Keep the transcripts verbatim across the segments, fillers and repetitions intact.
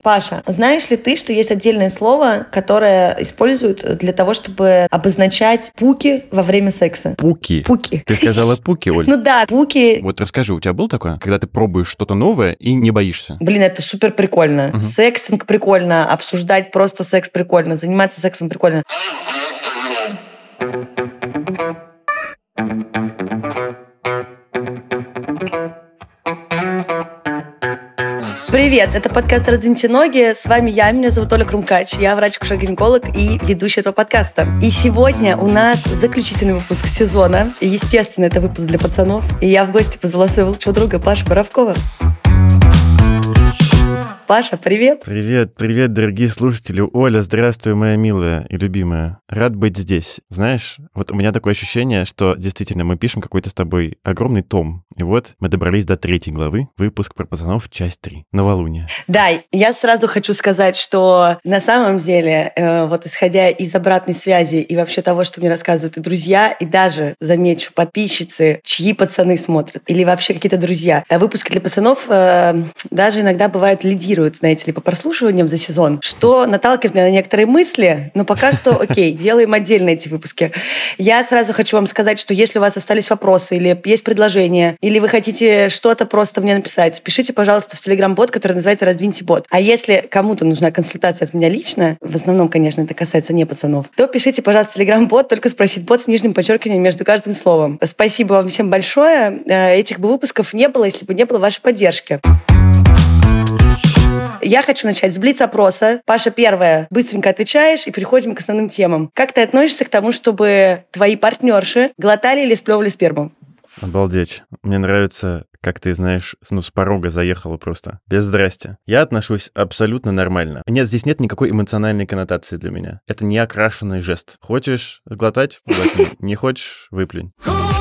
Паша, знаешь ли ты, что есть отдельное слово, которое используют для того, чтобы обозначать пуки во время секса? Пуки? Пуки. Ты сказала пуки, Оль? Ну да, пуки. Вот расскажи, у тебя было такое, когда ты пробуешь что-то новое и не боишься? Блин, это супер прикольно. Угу. Секстинг прикольно, обсуждать просто секс прикольно, заниматься сексом прикольно. Привет, это подкаст «Раздвиньте ноги». С вами я, меня зовут Оля Крумкач. Я врач-акушер-гинеколог и ведущая этого подкаста. И сегодня у нас заключительный выпуск сезона. И, естественно, это выпуск для пацанов. И я в гости позвала своего лучшего друга Пашу Боровкова. Паша, привет. Привет, привет, дорогие слушатели. Оля, здравствуй, моя милая и любимая. Рад быть здесь. Знаешь, вот у меня такое ощущение, что действительно мы пишем какой-то с тобой огромный том. И вот мы добрались до третьей главы. Выпуск про пацанов, часть три. Новолуние. Да, я сразу хочу сказать, что на самом деле, э, вот исходя из обратной связи и вообще того, что мне рассказывают и друзья, и даже, замечу, подписчицы, чьи пацаны смотрят, или вообще какие-то друзья, выпуски для пацанов э, даже иногда бывают лидируют, знаете ли, по прослушиваниям за сезон, что наталкивает меня на некоторые мысли, но пока что окей, делаем отдельно эти выпуски. Я сразу хочу вам сказать, что если у вас остались вопросы или есть предложения, или вы хотите что-то просто мне написать, пишите, пожалуйста, в Telegram-бот, который называется «Раздвиньте бот». А если кому-то нужна консультация от меня лично, в основном, конечно, это касается не пацанов, то пишите, пожалуйста, в Telegram-бот, только спросить бот с нижним подчеркиванием между каждым словом. Спасибо вам всем большое. Этих бы выпусков не было, если бы не было вашей поддержки. Я хочу начать с блиц-опроса. Паша, первое. Быстренько отвечаешь и переходим к основным темам. Как ты относишься к тому, чтобы твои партнерши глотали или сплевывали сперму? Обалдеть. Мне нравится, как ты, знаешь, ну, с порога заехала просто. Без здрасте. Я отношусь абсолютно нормально. Нет, здесь нет никакой эмоциональной коннотации для меня. Это не окрашенный жест. Хочешь глотать? Глотни. Не хочешь? Выплюнь.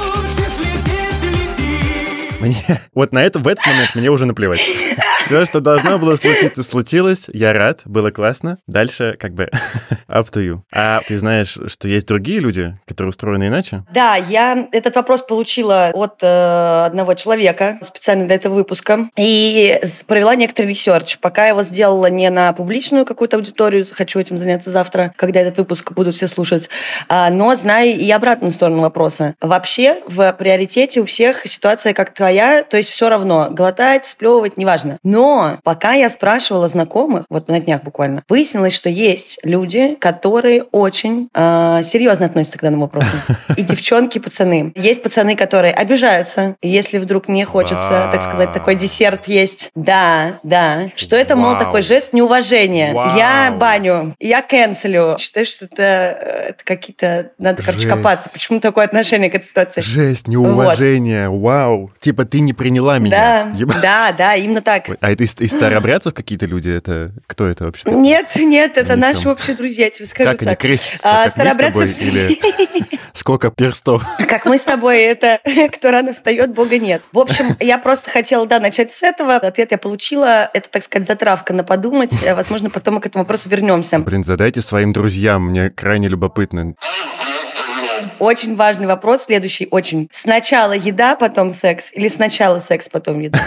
Мне, вот на это, в этот момент мне уже наплевать. Все, что должно было случиться, случилось. Я рад, было классно. Дальше как бы up to you. А ты знаешь, что есть другие люди, которые устроены иначе? Да, я этот вопрос получила от э, одного человека специально для этого выпуска. И провела некоторый ресерч. Пока я его сделала не на публичную какую-то аудиторию, хочу этим заняться завтра, когда этот выпуск будут все слушать, а, но знаю и обратную сторону вопроса. Вообще в приоритете у всех ситуация как твоя, то есть все равно, глотать, сплевывать, неважно. Но пока я спрашивала знакомых, вот на днях буквально, выяснилось, что есть люди, которые очень э, серьезно относятся к данному вопросу. И девчонки, и пацаны. Есть пацаны, которые обижаются, если вдруг не хочется, так сказать, такой десерт есть. Да, да. Что это, мол, такой жест неуважения. Я баню, я кэнселю. Считаю, что это, это какие-то... Надо, короче, копаться. Почему такое отношение к этой ситуации? Жесть, неуважение. Вот. Вау. Типа ты не приняла меня. Да, да, да, именно так. А это из, из старообрядцев какие-то люди? Это кто это вообще? Нет, нет, это наши общие друзья, я тебе скажу как так. Как они крестятся? А, как старообрядцев... мы с тобой? Или сколько перстов? Как мы с тобой, это кто рано встает, Бога нет. В общем, я просто хотела, да, начать с этого. Ответ я получила. Это, так сказать, затравка на подумать. Возможно, потом мы к этому вопросу вернемся. Блин, задайте своим друзьям, мне крайне любопытно. Очень важный вопрос, следующий, очень. Сначала еда, потом секс? Или сначала секс, потом еда?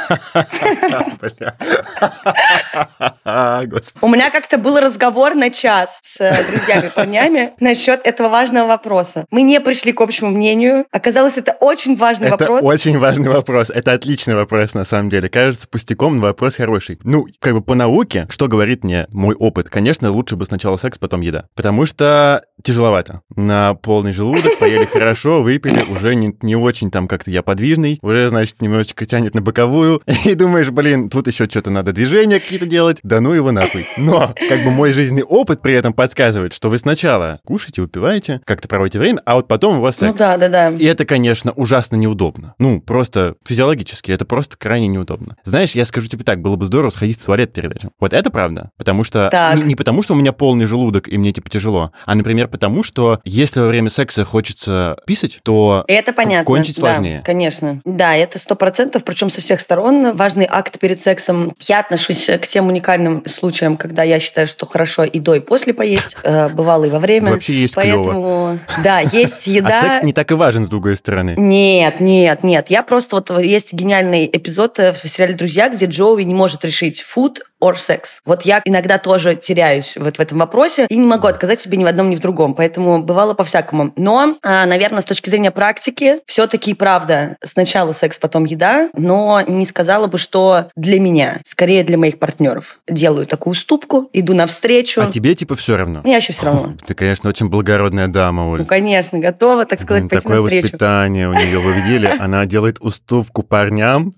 У меня как-то был разговор на час с друзьями-парнями насчет этого важного вопроса. Мы не пришли к общему мнению. Оказалось, это очень важный вопрос. Это очень важный вопрос. Это отличный вопрос, на самом деле. Кажется пустяком, но вопрос хороший. Ну, как бы по науке, что говорит мне мой опыт? Конечно, лучше бы сначала секс, потом еда. Потому что тяжеловато. На полный желудок, поели хорошо, выпили, уже не, не очень там как-то я подвижный, уже, значит, немножечко тянет на боковую, и думаешь, блин, тут еще что-то надо, движения какие-то делать, да ну его нахуй. Но, как бы мой жизненный опыт при этом подсказывает, что вы сначала кушаете, выпиваете, как-то проводите время, а вот потом у вас секс. Ну да, да, да. И это, конечно, ужасно неудобно. Ну, просто физиологически, это просто крайне неудобно. Знаешь, я скажу тебе так, было бы здорово сходить в туалет перед этим. Вот это правда. Потому что... Не, не потому, что у меня полный желудок, и мне, типа, тяжело, а, например, потому что если во время секса хочется писать, то это понятно. Кончить сложнее. Да, конечно. Да, это сто процентов, причем со всех сторон. Важный акт перед сексом. Я отношусь к тем уникальным случаям, когда я считаю, что хорошо и до, и после поесть. Бывало и во время. Вообще есть Поэтому, клево. Да, есть еда. А секс не так и важен, с другой стороны. Нет, нет, нет. Я просто... Вот есть гениальный эпизод в сериале «Друзья», где Джоуи не может решить, фуд or sex? Вот я иногда тоже теряюсь вот в этом вопросе и не могу отказать себе ни в одном, ни в другом. Поэтому бывало по-всякому. Но, наверное, с точки зрения практики, все-таки правда, сначала секс, потом еда, но не сказала бы, что для меня, скорее для моих партнеров. Делаю такую уступку, иду навстречу. А тебе типа все равно? Мне вообще все равно. Ты, конечно, очень благородная дама, Оль. Ну, конечно, готова, так сказать, пойти такое навстречу. Воспитание у нее, вы видели? Она делает уступку парням.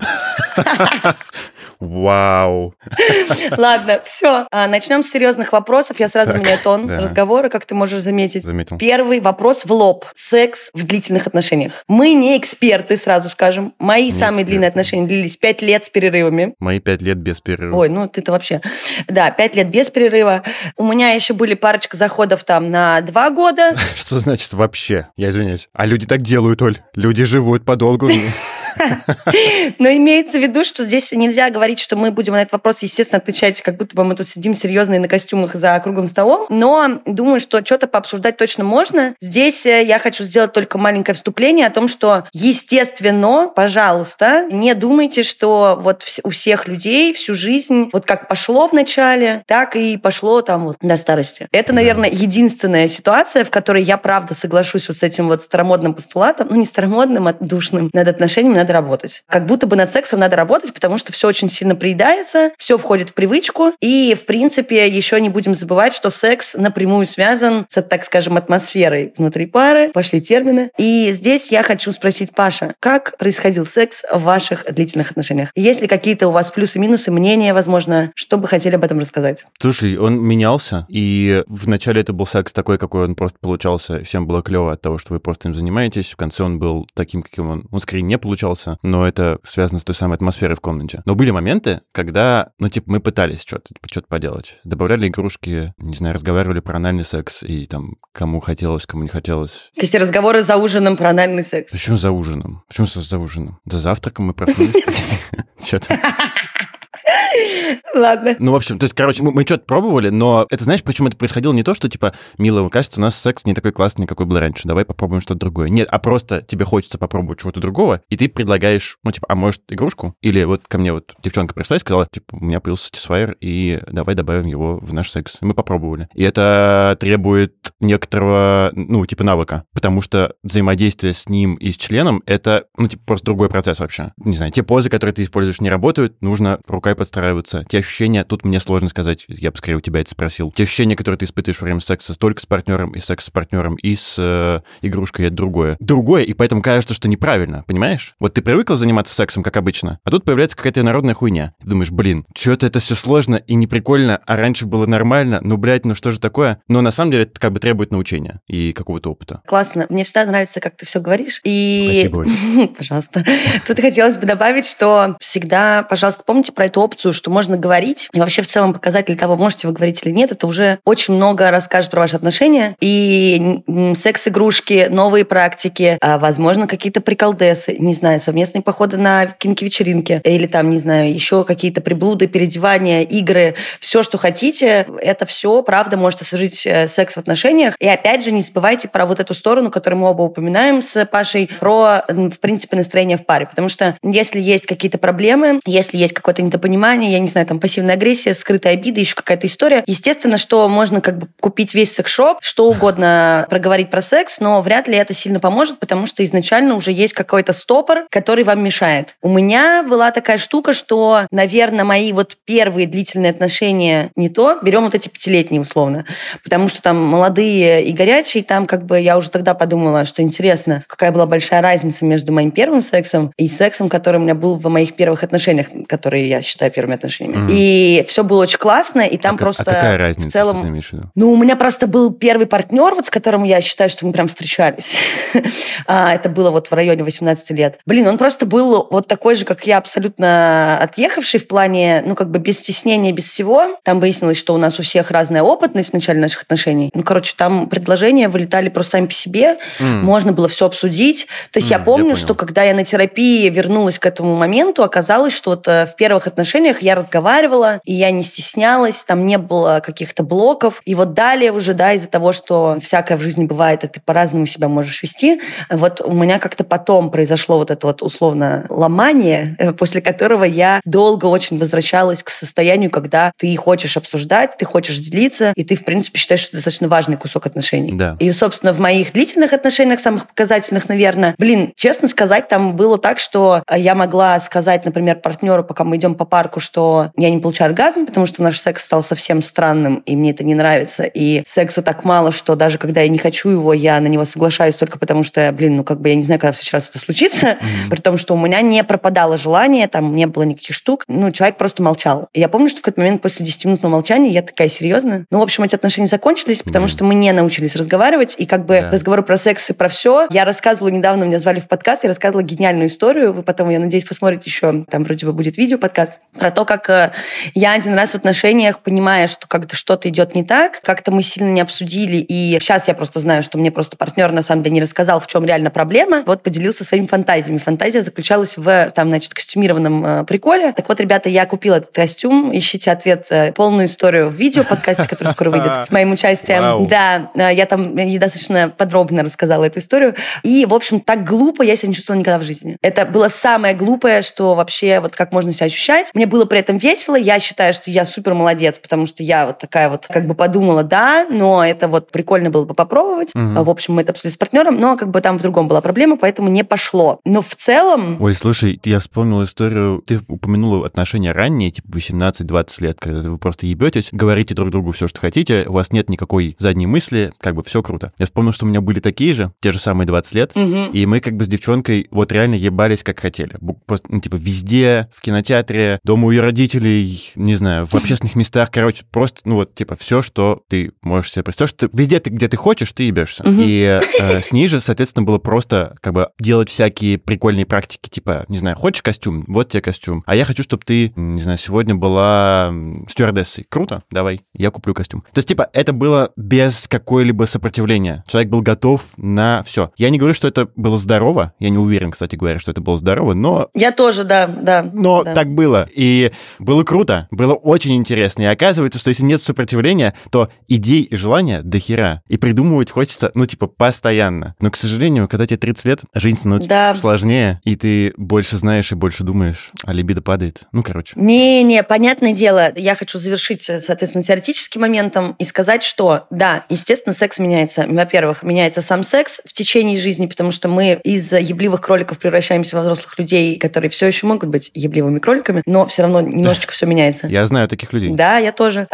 Вау. Ладно, все. Начнем с серьезных вопросов. Я сразу Так, меняю тон да. разговора, как ты можешь заметить. Заметил. Первый вопрос в лоб. Секс в длительных отношениях. Мы не эксперты, сразу скажем. Мои Не самые эксперты. длинные отношения длились пять лет с перерывами. Мои пять лет без перерыва. Ой, ну ты-то вообще... Да, пять лет без перерыва. У меня еще были парочка заходов там на два года. Что значит вообще? Я извиняюсь. А люди так делают, Оль. Люди живут подолгу. Но имеется в виду, что здесь нельзя говорить, что мы будем на этот вопрос, естественно, отвечать, как будто бы мы тут сидим серьезные на костюмах за круглым столом. Но думаю, что что-то пообсуждать точно можно. Здесь я хочу сделать только маленькое вступление о том, что, естественно, пожалуйста, не думайте, что вот у всех людей всю жизнь вот как пошло в начале, так и пошло там вот до старости. Это, наверное, единственная ситуация, в которой я, правда, соглашусь вот с этим вот старомодным постулатом, ну не старомодным, а душным, над отношениями надо работать. Как будто бы над сексом надо работать, потому что все очень сильно приедается, все входит в привычку, и, в принципе, еще не будем забывать, что секс напрямую связан с, так скажем, атмосферой внутри пары. Пошли термины. И здесь я хочу спросить, Паша, как происходил секс в ваших длительных отношениях? Есть ли какие-то у вас плюсы-минусы, мнения, возможно, что бы хотели об этом рассказать? Слушай, он менялся, и вначале это был секс такой, какой он просто получался, всем было клево от того, что вы просто им занимаетесь, в конце он был таким, каким он, он скорее не получался, но это связано с той самой атмосферой в комнате. Но были моменты, когда, ну, типа, мы пытались что-то, что-то поделать. Добавляли игрушки, не знаю, разговаривали про анальный секс, и там кому хотелось, кому не хотелось. То есть разговоры за ужином про анальный секс? Почему за ужином? Почему за ужином? За завтраком мы проснулись? Что-то... Ладно. Ну, в общем, то есть, короче, мы, мы что-то пробовали, но это, знаешь, почему это происходило не то, что, типа, мило, кажется, у нас секс не такой классный, какой был раньше, давай попробуем что-то другое. Нет, а просто тебе хочется попробовать чего-то другого, и ты предлагаешь, ну, типа, а может, игрушку? Или вот ко мне вот девчонка пришла и сказала, типа, у меня появился Satisfyer, и давай добавим его в наш секс. И мы попробовали. И это требует некоторого, ну, типа, навыка, потому что взаимодействие с ним и с членом — это, ну, типа, просто другой процесс вообще. Не знаю, те позы, которые ты используешь, не работают, нужно рукой подстраиваться. Те ощущения, тут мне сложно сказать, я бы скорее у тебя это спросил. Те ощущения, которые ты испытываешь во время секса только с партнером, и секс с партнером, и с э, игрушкой, это другое. Другое, и поэтому кажется, что неправильно, понимаешь? Вот ты привыкла заниматься сексом, как обычно, а тут появляется какая-то народная хуйня. Ты думаешь, блин, что-то это все сложно и неприкольно, а раньше было нормально, ну, блядь, ну что же такое? Но на самом деле это как бы требует научения и какого-то опыта. Классно. Мне всегда нравится, как ты все говоришь. И... Спасибо, Оля. Пожалуйста. Тут хотелось бы добавить, что всегда, пожалуйста, помните про эту опцию, что можно говорить, и вообще в целом показатель того, можете вы говорить или нет, это уже очень много расскажет про ваши отношения. И секс-игрушки, новые практики, возможно, какие-то приколдесы, не знаю, совместные походы на кинки-вечеринки, или там, не знаю, еще какие-то приблуды, переодевания, игры, все, что хотите, это все, правда, может освежить секс в отношениях. И опять же, не забывайте про вот эту сторону, которую мы оба упоминаем с Пашей, про, в принципе, настроение в паре. Потому что если есть какие-то проблемы, если есть какое-то недопонимание, я не знаю, там пассивная агрессия, скрытая обида, еще какая-то история, естественно, что можно как бы купить весь секс-шоп, что угодно проговорить про секс, но вряд ли это сильно поможет, потому что изначально уже есть какой-то стопор, который вам мешает. У меня была такая штука, что, наверное, мои вот первые длительные отношения не то, берем вот эти пятилетние условно, потому что там молодые и горячие, там как бы я уже тогда подумала, что интересно, какая была большая разница между моим первым сексом и сексом, который у меня был в моих первых отношениях, которые я считаю первыми отношениями. Mm. И все было очень классно, и там а просто а какая разница, в целом... что ты имеешь в виду? Ну, у меня просто был первый партнер, вот с которым я считаю, что мы прям встречались. а, это было вот в районе восемнадцати лет. Блин, он просто был вот такой же, как я, абсолютно отъехавший в плане, ну, как бы без стеснения, без всего. Там выяснилось, что у нас у всех разная опытность в начале наших отношений. Ну, короче, там предложения вылетали просто сами по себе. Mm. Можно было все обсудить. То есть mm, я помню, я что когда я на терапии вернулась к этому моменту, оказалось, что вот в первых отношениях я разговаривала, и я не стеснялась, там не было каких-то блоков. И вот далее уже, да, из-за того, что всякое в жизни бывает, и ты по-разному себя можешь вести, вот у меня как-то потом произошло вот это вот условно ломание, после которого я долго очень возвращалась к состоянию, когда ты хочешь обсуждать, ты хочешь делиться, и ты, в принципе, считаешь, что это достаточно важный кусок отношений. Да. И, собственно, в моих длительных отношениях, самых показательных, наверное, блин, честно сказать, там было так, что я могла сказать, например, партнеру, пока мы идем по парку, что я не получаю оргазм, потому что наш секс стал совсем странным, и мне это не нравится, и секса так мало, что даже когда я не хочу его, я на него соглашаюсь только потому, что, блин, ну как бы я не знаю, когда в следующий раз это случится, mm-hmm. при том, что у меня не пропадало желание, там не было никаких штук, ну, человек просто молчал. И я помню, что в какой-то момент после десятиминутного молчания я такая, серьезно? Ну, в общем, эти отношения закончились, потому mm-hmm. что мы не научились разговаривать, и как бы yeah. разговоры про секс и про все. Я рассказывала недавно, меня звали в подкаст, я рассказывала гениальную историю, вы потом, я надеюсь, посмотрите еще, там вроде бы будет видео, подкаст, про то, как я один раз в отношениях, понимая, что как-то что-то идет не так, как-то мы сильно не обсудили, и сейчас я просто знаю, что мне просто партнер на самом деле не рассказал, в чем реально проблема, вот поделился своими фантазиями. Фантазия заключалась в, там, значит, костюмированном э, приколе. Так вот, ребята, я купила этот костюм, ищите ответ, э, полную историю в видео подкасте, который скоро выйдет, с моим участием. Wow. Да, э, я там я достаточно подробно рассказала эту историю. И, в общем, так глупо я себя не чувствовала никогда в жизни. Это было самое глупое, что вообще, вот как можно себя ощущать. Мне было при этом весело. Я считаю, что я супер молодец, потому что я вот такая вот, как бы подумала, да, но это вот прикольно было бы попробовать. Угу. В общем, мы это обсудили с партнером, но как бы там в другом была проблема, поэтому не пошло. Но в целом... Ой, слушай, я вспомнил историю, ты упомянула отношения ранние, типа восемнадцать-двадцать лет, когда вы просто ебетесь, говорите друг другу все, что хотите, у вас нет никакой задней мысли, как бы все круто. Я вспомнил, что у меня были такие же, те же самые двадцать лет, угу. и мы как бы с девчонкой вот реально ебались как хотели. Просто, ну, типа, везде, в кинотеатре, дома у ее родителей, не знаю, в общественных местах, короче, просто, ну вот, типа, все, что ты можешь себе представить, что ты, везде, ты, где ты хочешь, ты ебешься. Угу. И э, с ней же, соответственно, было просто, как бы, делать всякие прикольные практики, типа, не знаю, хочешь костюм? Вот тебе костюм. А я хочу, чтобы ты, не знаю, сегодня была стюардессой. Круто? Давай, я куплю костюм. То есть, типа, это было без какой-либо сопротивления. Человек был готов на все. Я не говорю, что это было здорово. Я не уверен, кстати говоря, что это было здорово, но... Я тоже, да, да. Но да. так было. И было круто. Было очень интересно. И оказывается, что если нет сопротивления, то идей и желания до хера. И придумывать хочется, ну, типа, постоянно. Но, к сожалению, когда тебе тридцать лет, жизнь становится да. сложнее, и ты больше знаешь и больше думаешь, а либидо падает. Ну, короче. Не-не, понятное дело, я хочу завершить, соответственно, теоретическим моментом и сказать, что, да, естественно, секс меняется. Во-первых, меняется сам секс в течение жизни, потому что мы из ебливых кроликов превращаемся во взрослых людей, которые все еще могут быть ебливыми кроликами, но все равно немножечко все меняется. Я знаю таких людей. Да, я тоже.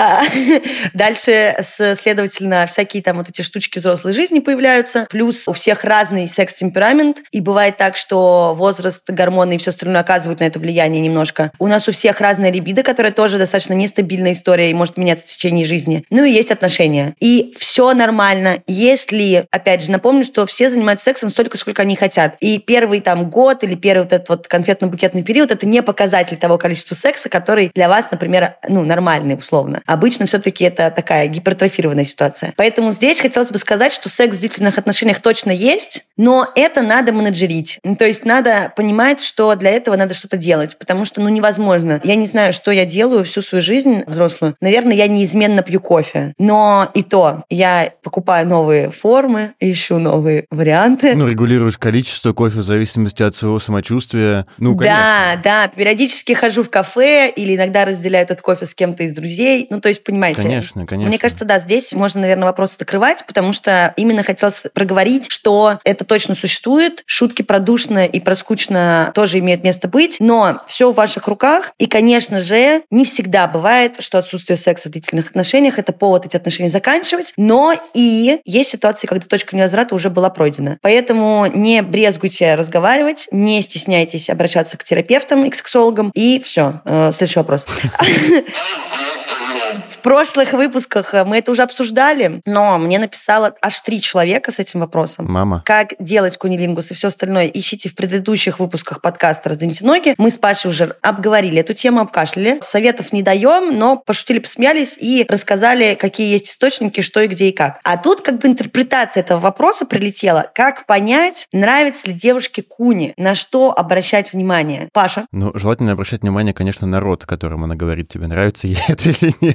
Дальше, следовательно, всякие там вот эти штучки взрослой жизни появляются, плюс у всех разный секс-темперамент, и бывает так, что возраст, гормоны и все остальное оказывают на это влияние немножко. У нас у всех разная либидо, которая тоже достаточно нестабильная история и может меняться в течение жизни. Ну и есть отношения. И все нормально, если, опять же, напомню, что все занимаются сексом столько, сколько они хотят. И первый там год или первый вот этот вот конфетно-букетный период — это не показатель того количества секса, который для вас, например, ну, нормальный условно. Обычно все-таки это такая гипертрофированная ситуация. Поэтому здесь хотелось бы сказать, что секс в длительных отношениях точно есть, но это надо менеджерить. Ну, то есть надо понимать, что для этого надо что-то делать, потому что, ну, невозможно. Я не знаю, что я делаю всю свою жизнь взрослую. Наверное, я неизменно пью кофе. Но и то, я покупаю новые формы, ищу новые варианты. Ну, регулируешь количество кофе в зависимости от своего самочувствия. Ну, конечно. Да, да. Периодически хожу в кафе или иногда разделяю этот кофе с кем-то из друзей. Ну, то есть, понимаете. Конечно, конечно. Мне кажется, да, здесь можно, наверное, вопрос закрывать, потому что именно хотелось проговорить, что это точно существует. Шутки про душно и про скучно тоже имеют место быть, но все в ваших руках. И, конечно же, не всегда бывает, что отсутствие секса в длительных отношениях — это повод эти отношения заканчивать, но и есть ситуации, когда точка невозврата уже была пройдена. Поэтому не брезгуйте разговаривать, не стесняйтесь обращаться к терапевтам и к сексологам, и все. Следующий вопрос. В прошлых выпусках мы это уже обсуждали, но мне написало аж три человека с этим вопросом. Мама. Как делать кунилингус и все остальное, ищите в предыдущих выпусках подкаста «Раздвиньте ноги». Мы с Пашей уже обговорили эту тему, обкашляли. Советов не даем, но пошутили, посмеялись и рассказали, какие есть источники, что и где и как. А тут как бы интерпретация этого вопроса прилетела. Как понять, нравится ли девушке куни? На что обращать внимание? Паша? Ну, желательно обращать внимание, конечно, на рот, которым она говорит, тебе нравится ей это или нет.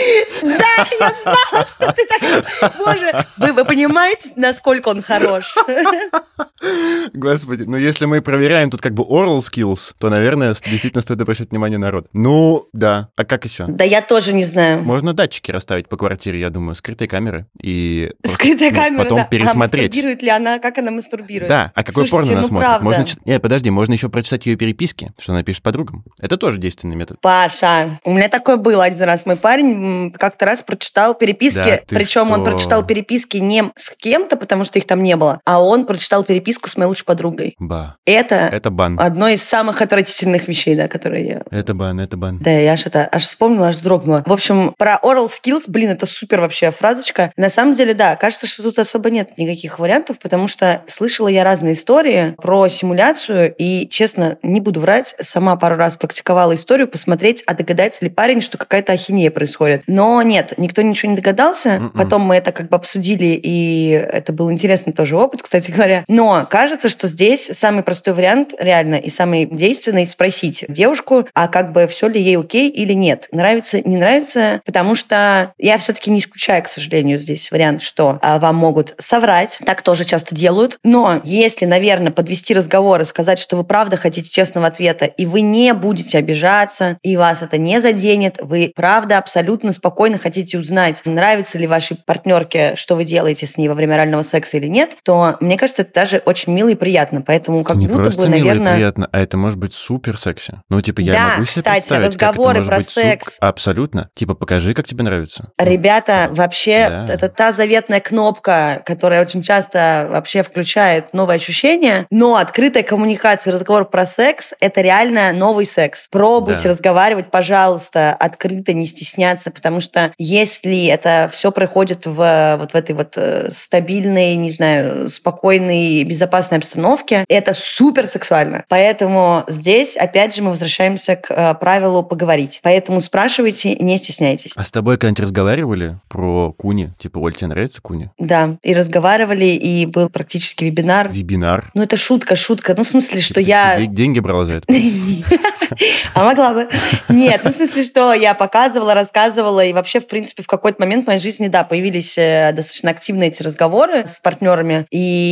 Да, я знала, что ты так... Боже, вы, вы понимаете, насколько он хорош? Господи, ну если мы проверяем тут как бы oral skills, то, наверное, действительно стоит обращать внимание на рот. Ну, да. А как еще? Да я тоже не знаю. Можно датчики расставить по квартире, я думаю, скрытые камеры. И Скрытая просто, камера, ну, потом да. пересмотреть. А мастурбирует ли она, как она мастурбирует? Да, а какой Слушайте, порно она ну смотрит? правда. Можно... Нет, подожди, можно еще прочитать ее переписки, что она пишет подругам. Это тоже действенный метод. Паша, у меня такое было один раз. Мой парень как-то раз прочитал переписки, Да, причем что? он прочитал переписки не с кем-то, потому что их там не было, а он прочитал переписку с моей лучшей подругой. Ба. Это, Это бан. одно из самых отвратительных вещей, да, которые я... Это бан, это бан. Да, я аж это, аж вспомнила, аж вздрогнула. В общем, про oral skills, блин, это супер вообще фразочка. На самом деле, да, кажется, что тут особо нет никаких вариантов, потому что слышала я разные истории про симуляцию, и, честно, не буду врать, сама пару раз практиковала историю, посмотреть, а догадается ли парень, что какая-то ахинея происходит. Но нет, никто ничего не догадался. Mm-mm. Потом мы это как бы обсудили, и это был интересный тоже опыт, кстати говоря. Но кажется, что здесь самый простой вариант, реально, и самый действенный, спросить девушку, а как бы все ли ей окей или нет. Нравится, не нравится, потому что я все-таки не исключаю, к сожалению, здесь вариант, что а, вам могут соврать, так тоже часто делают. Но если, наверное, подвести разговор и сказать, что вы правда хотите честного ответа, и вы не будете обижаться, и вас это не заденет, вы правда абсолютно спокойно хотите узнать, нравится ли вашей партнерке, что вы делаете с ней во время орального секса или нет, то, мне кажется, это даже очень мило и приятно. Поэтому как не будто просто бы, мило наверное... и приятно, а это может быть супер секси. Ну, типа, я да, могу себе кстати, представить, разговоры как это про может быть секс. Суп... Абсолютно. Типа, покажи, как тебе нравится. Ребята, ну, вообще, да. это та заветная кнопка, которая очень часто вообще включает новые ощущения, но открытая коммуникация, разговор про секс — это реально новый секс. Пробуйте Да. разговаривать, пожалуйста, открыто, не стесняться, потому что если это все проходит в вот в этой вот стабильной, не знаю, спокойной, безопасной обстановке, это супер сексуально. Поэтому здесь, опять же, мы возвращаемся к правилу поговорить. Поэтому спрашивайте, не стесняйтесь. А с тобой когда-нибудь разговаривали про куни? Типа, Оль, тебе нравится куни? Да, и разговаривали, и был практически вебинар. Вебинар? Ну, это шутка, шутка. Ну, в смысле, что ты, я... Ты деньги брала за это? А могла бы. Нет, ну, в смысле, что я показывала, рассказывала, и вообще, в принципе, в какой-то момент в моей жизни, да, появились достаточно активные эти разговоры с партнерами.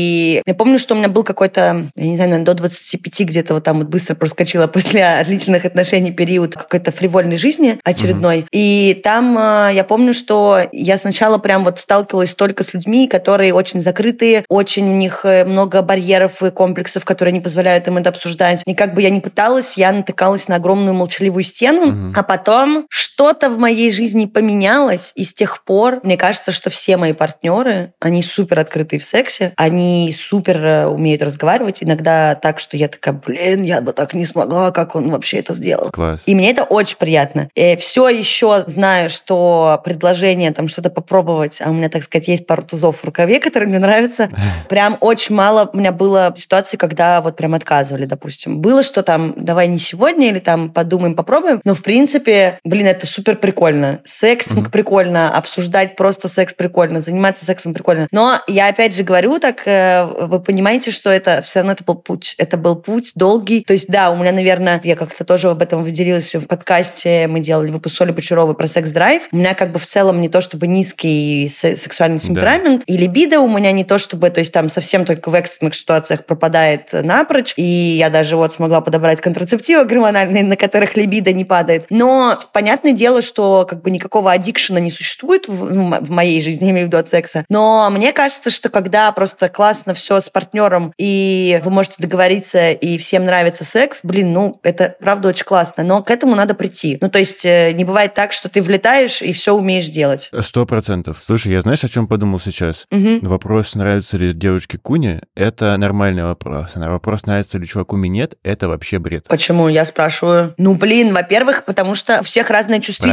И я помню, что у меня был какой-то, я не знаю, наверное, до двадцати пяти где-то вот там вот быстро проскочила после длительных отношений период какой-то фривольной жизни очередной. Mm-hmm. И там я помню, что я сначала прям вот сталкивалась только с людьми, которые очень закрытые, очень у них много барьеров и комплексов, которые не позволяют им это обсуждать. И как бы я ни пыталась, я натыкалась на огромную молчаливую стену. Mm-hmm. А потом что-то в моей жизни поменялось, и с тех пор мне кажется, что все мои партнеры, они супер открытые в сексе, они супер умеют разговаривать, иногда так, что я такая, блин, я бы так не смогла, как он вообще это сделал. Класс. И мне это очень приятно. И все еще знаю, что предложение там что-то попробовать, а у меня, так сказать, есть пару тузов в рукаве, которые мне нравятся. Прям очень мало у меня было ситуаций, когда вот прям отказывали, допустим. Было, что там, давай не сегодня, или там подумаем, попробуем. Но, в принципе, блин, это супер прикольно. Секстинг mm-hmm. прикольно, обсуждать просто секс прикольно, заниматься сексом прикольно. Но я опять же говорю так, вы понимаете, что это все равно это был путь. Это был путь долгий. То есть, да, у меня, наверное, я как-то тоже об этом выделилась в подкасте, мы делали выпуск с Олей Бочаровой про секс-драйв. У меня как бы в целом не то чтобы низкий сексуальный темперамент, да. И либидо у меня не то чтобы, то есть там совсем только в экстренных ситуациях пропадает напрочь. И я даже вот смогла подобрать контрацептивы гормональные, на которых либидо не падает. Но понятное дело, что как бы никакого аддикшена не существует в, ну, в моей жизни, я имею в виду от секса. Но мне кажется, что когда просто классно все с партнером, и вы можете договориться, и всем нравится секс, блин, ну, это правда очень классно. Но к этому надо прийти. Ну, то есть не бывает так, что ты влетаешь и все умеешь делать. Сто процентов. Слушай, я знаешь, о чем подумал сейчас? Угу. Вопрос, нравится ли девочке куни, это нормальный вопрос. А вопрос, нравится ли чуваку минет, это вообще бред. Почему? Я спрашиваю. Ну, блин, во-первых, потому что у всех разная чувствительность.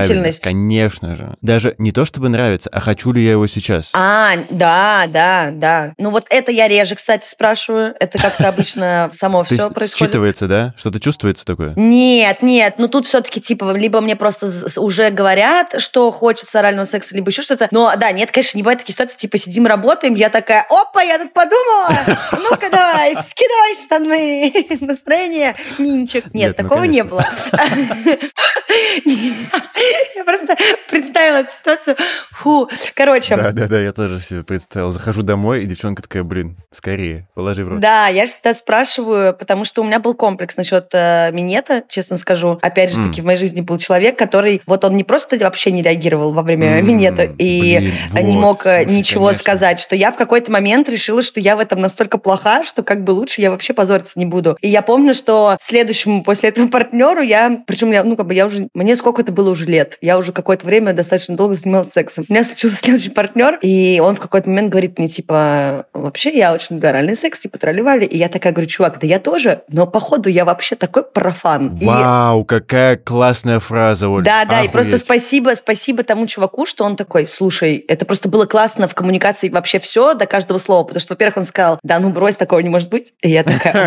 Конечно же. Даже не то, чтобы нравится, а хочу ли я его сейчас. А, да, да, да. Ну вот это я реже, кстати, спрашиваю. Это как-то обычно само все происходит. Считывается, да? Что-то чувствуется такое? Нет, нет. Ну тут все-таки типа либо мне просто уже говорят, что хочется орального секса, либо еще что-то. Но да, нет, конечно, не бывает таких ситуаций, типа сидим, работаем, я такая, опа, я тут подумала, ну-ка давай, скидывай штаны, настроение, минчик. Нет, нет такого ну, не было. Я просто представила эту ситуацию. Фу, короче. Да-да-да, я тоже себе представил. Захожу домой, и девчонка такая, блин, скорее, положи в рот. Да, я всегда спрашиваю, потому что у меня был комплекс насчет э, минета, честно скажу. Опять же таки, mm. в моей жизни был человек, который, вот он не просто вообще не реагировал во время mm. минета и блин, вот, не мог слушай, ничего конечно. сказать, что я в какой-то момент решила, что я в этом настолько плоха, что как бы лучше я вообще позориться не буду. И я помню, что следующему после этого партнеру я, причем я, ну как бы я уже, мне сколько это было уже лет, я уже какое-то время достаточно долго занималась сексом. У меня случился следующий партнер, и он в какой-то момент говорит мне, типа, вообще я очень люблю оральный секс, типа, тролливали. И я такая говорю, чувак, да я тоже, но походу я вообще такой профан. Вау, и... какая классная фраза, Оль. Да, да, Охуеть. И просто спасибо, спасибо тому чуваку, что он такой, слушай, это просто было классно в коммуникации вообще все до каждого слова, потому что, во-первых, он сказал, да ну брось, такого не может быть. И я такая,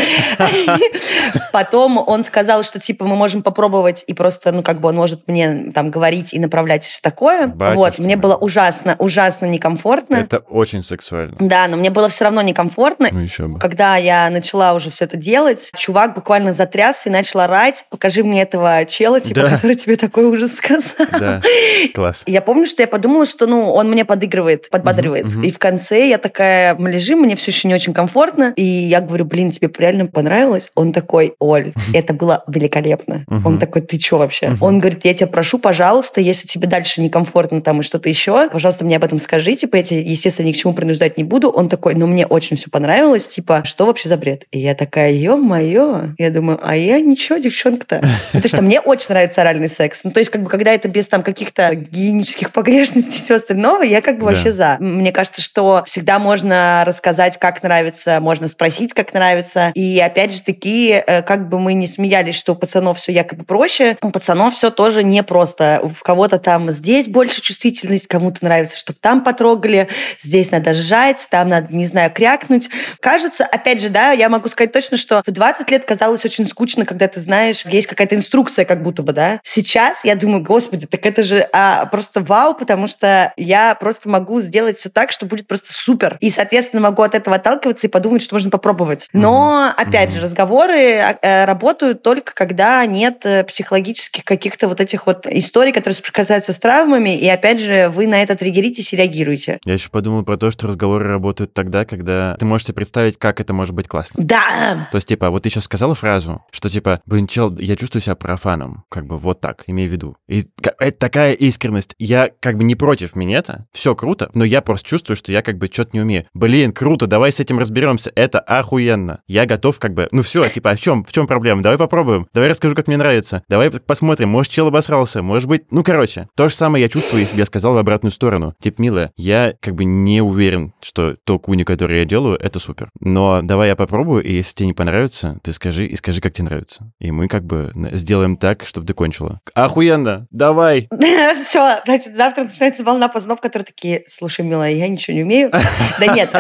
ой. Потом он сказал, что типа мы можем попробовать, и просто, ну как бы он может мне там говорить и направлять все такое. Батюшки. Вот, мне было ужасно, ужасно некомфортно. Это очень сексуально. Да, но мне было все равно некомфортно. Ну еще бы. Когда я начала уже все это делать, чувак буквально затрясся и начал орать, покажи мне этого чела, типа, да. который тебе такой ужас сказал. Да, класс. Я помню, что я подумала, что, ну, он мне подыгрывает, подбадривает. Uh-huh, uh-huh. И в конце я такая, мы лежим, мне все еще не очень комфортно, и я говорю, блин, тебе реально понравилось? Он такой, Оль, это было великолепно. Uh-huh. Он такой, ты что вообще? Uh-huh. Он говорит, я тебя прошу, пожалуйста, если тебе дальше некомфортно там и что-то еще, пожалуйста, мне об этом скажи, типа, я тебя, естественно, ни к чему принуждать не буду. Он такой, ну, мне очень все понравилось, типа, что вообще за бред? И я такая, ё-моё. Я думаю, а я ничего, девчонка-то. Потому что мне очень нравится оральный секс. Ну, то есть, как бы, когда это без там каких-то гигиенических погрешностей и всего остального, я как бы да. вообще за. Мне кажется, что всегда можно рассказать, как нравится, можно спросить, как нравится. И опять же таки, как бы мы не смеялись, что у пацанов все якобы проще, у пацанов все тоже непросто. У кого-то там здесь больше чувствительность, кому-то нравится, чтобы там потрогали, здесь надо сжать, там надо, не знаю, крякнуть. Кажется, опять же, да, я могу сказать точно, что в двадцать лет казалось очень скучно, когда ты знаешь, есть какая-то инструкция как будто бы, да. Сейчас я думаю, господи, так это же а, просто вау, потому что я просто могу сделать все так, что будет просто супер. И, соответственно, могу от этого отталкиваться и подумать, что можно попробовать. Но, mm-hmm. опять mm-hmm. же, разговоры а, работают только когда нет психологических каких-то вот этих вот историй, которые соприкасаются с травмами, и, опять же, вы на это триггеритесь и реагируете. Я еще подумал про то, что разговоры работают тогда, когда ты можешь себе представить, как это может быть классно. Да! То есть, типа, вот ты сейчас сказала фразу, что, типа, блин, чел, я чувствую себя профаном. Как бы вот так, имей в виду. И это такая искренность. Я как бы не против минета, все круто, но я просто чувствую, что я как бы что-то не умею. Блин, круто, давай с этим разберемся. Это охуенно. Я готов как бы, ну все, типа, а в чем, в чем проблема? Давай попробуем. Давай расскажу, как мне нравится. Давай посмотрим, может, чел обосрался, может быть, ну, короче. То же самое я чувствую, если бы я сказал в обратную сторону. Типа, милая, я как бы не уверен, что то куни, которое я делаю, это супер. Но давай я попробую, и если тебе не понравится, ты скажи, и скажи, как тебе нравится. И мы как бы сделаем так, чтобы ты кончила. Охуенно, давай! Все, значит, завтра начинается волна пацанов, которые такие, слушай, милая, я ничего не умею. Да нет.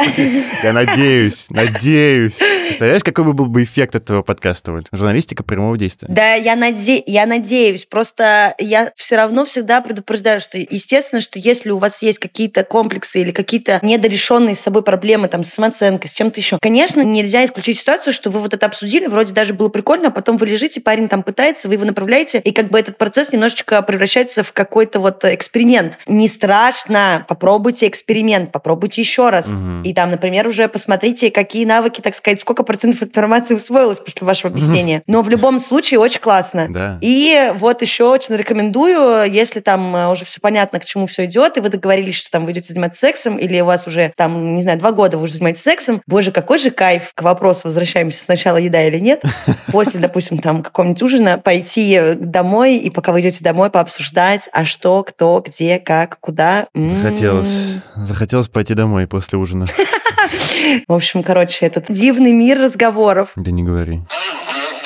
Я надеюсь, надеюсь. Представляешь, какой бы был бы эффект этого подкаста, Оль? Журналистика прямого действия. Да, я, наде... я надеюсь. Просто я все равно всегда предупреждаю, что, естественно, что если у вас есть какие-то комплексы или какие-то недорешенные с собой проблемы, там, с самооценкой, с чем-то еще, конечно, нельзя исключить ситуацию, что вы вот это обсудили, вроде даже было прикольно, а потом вы лежите, парень там пытается, вы его направляете, и как бы этот процесс немножечко превращается в какой-то вот эксперимент. Не страшно, попробуйте эксперимент, попробуйте еще раз. Угу. И там, например, уже посмотрите, какие навыки, так сказать, сколько процентов информации усвоилось после вашего объяснения. Но в любом случае очень классно. Да. И вот еще очень рекомендую, если там уже все понятно, к чему все идет, и вы договорились, что там вы идете заниматься сексом, или у вас уже там, не знаю, два года вы уже занимаетесь сексом, боже, какой же кайф. К вопросу, возвращаемся сначала еда или нет, после, допустим, там какого-нибудь ужина, пойти домой, и пока вы идете домой, пообсуждать, а что, кто, где, как, куда. Захотелось. Захотелось пойти домой после ужина. В общем, короче, этот дивный мир разговоров. Да не говори.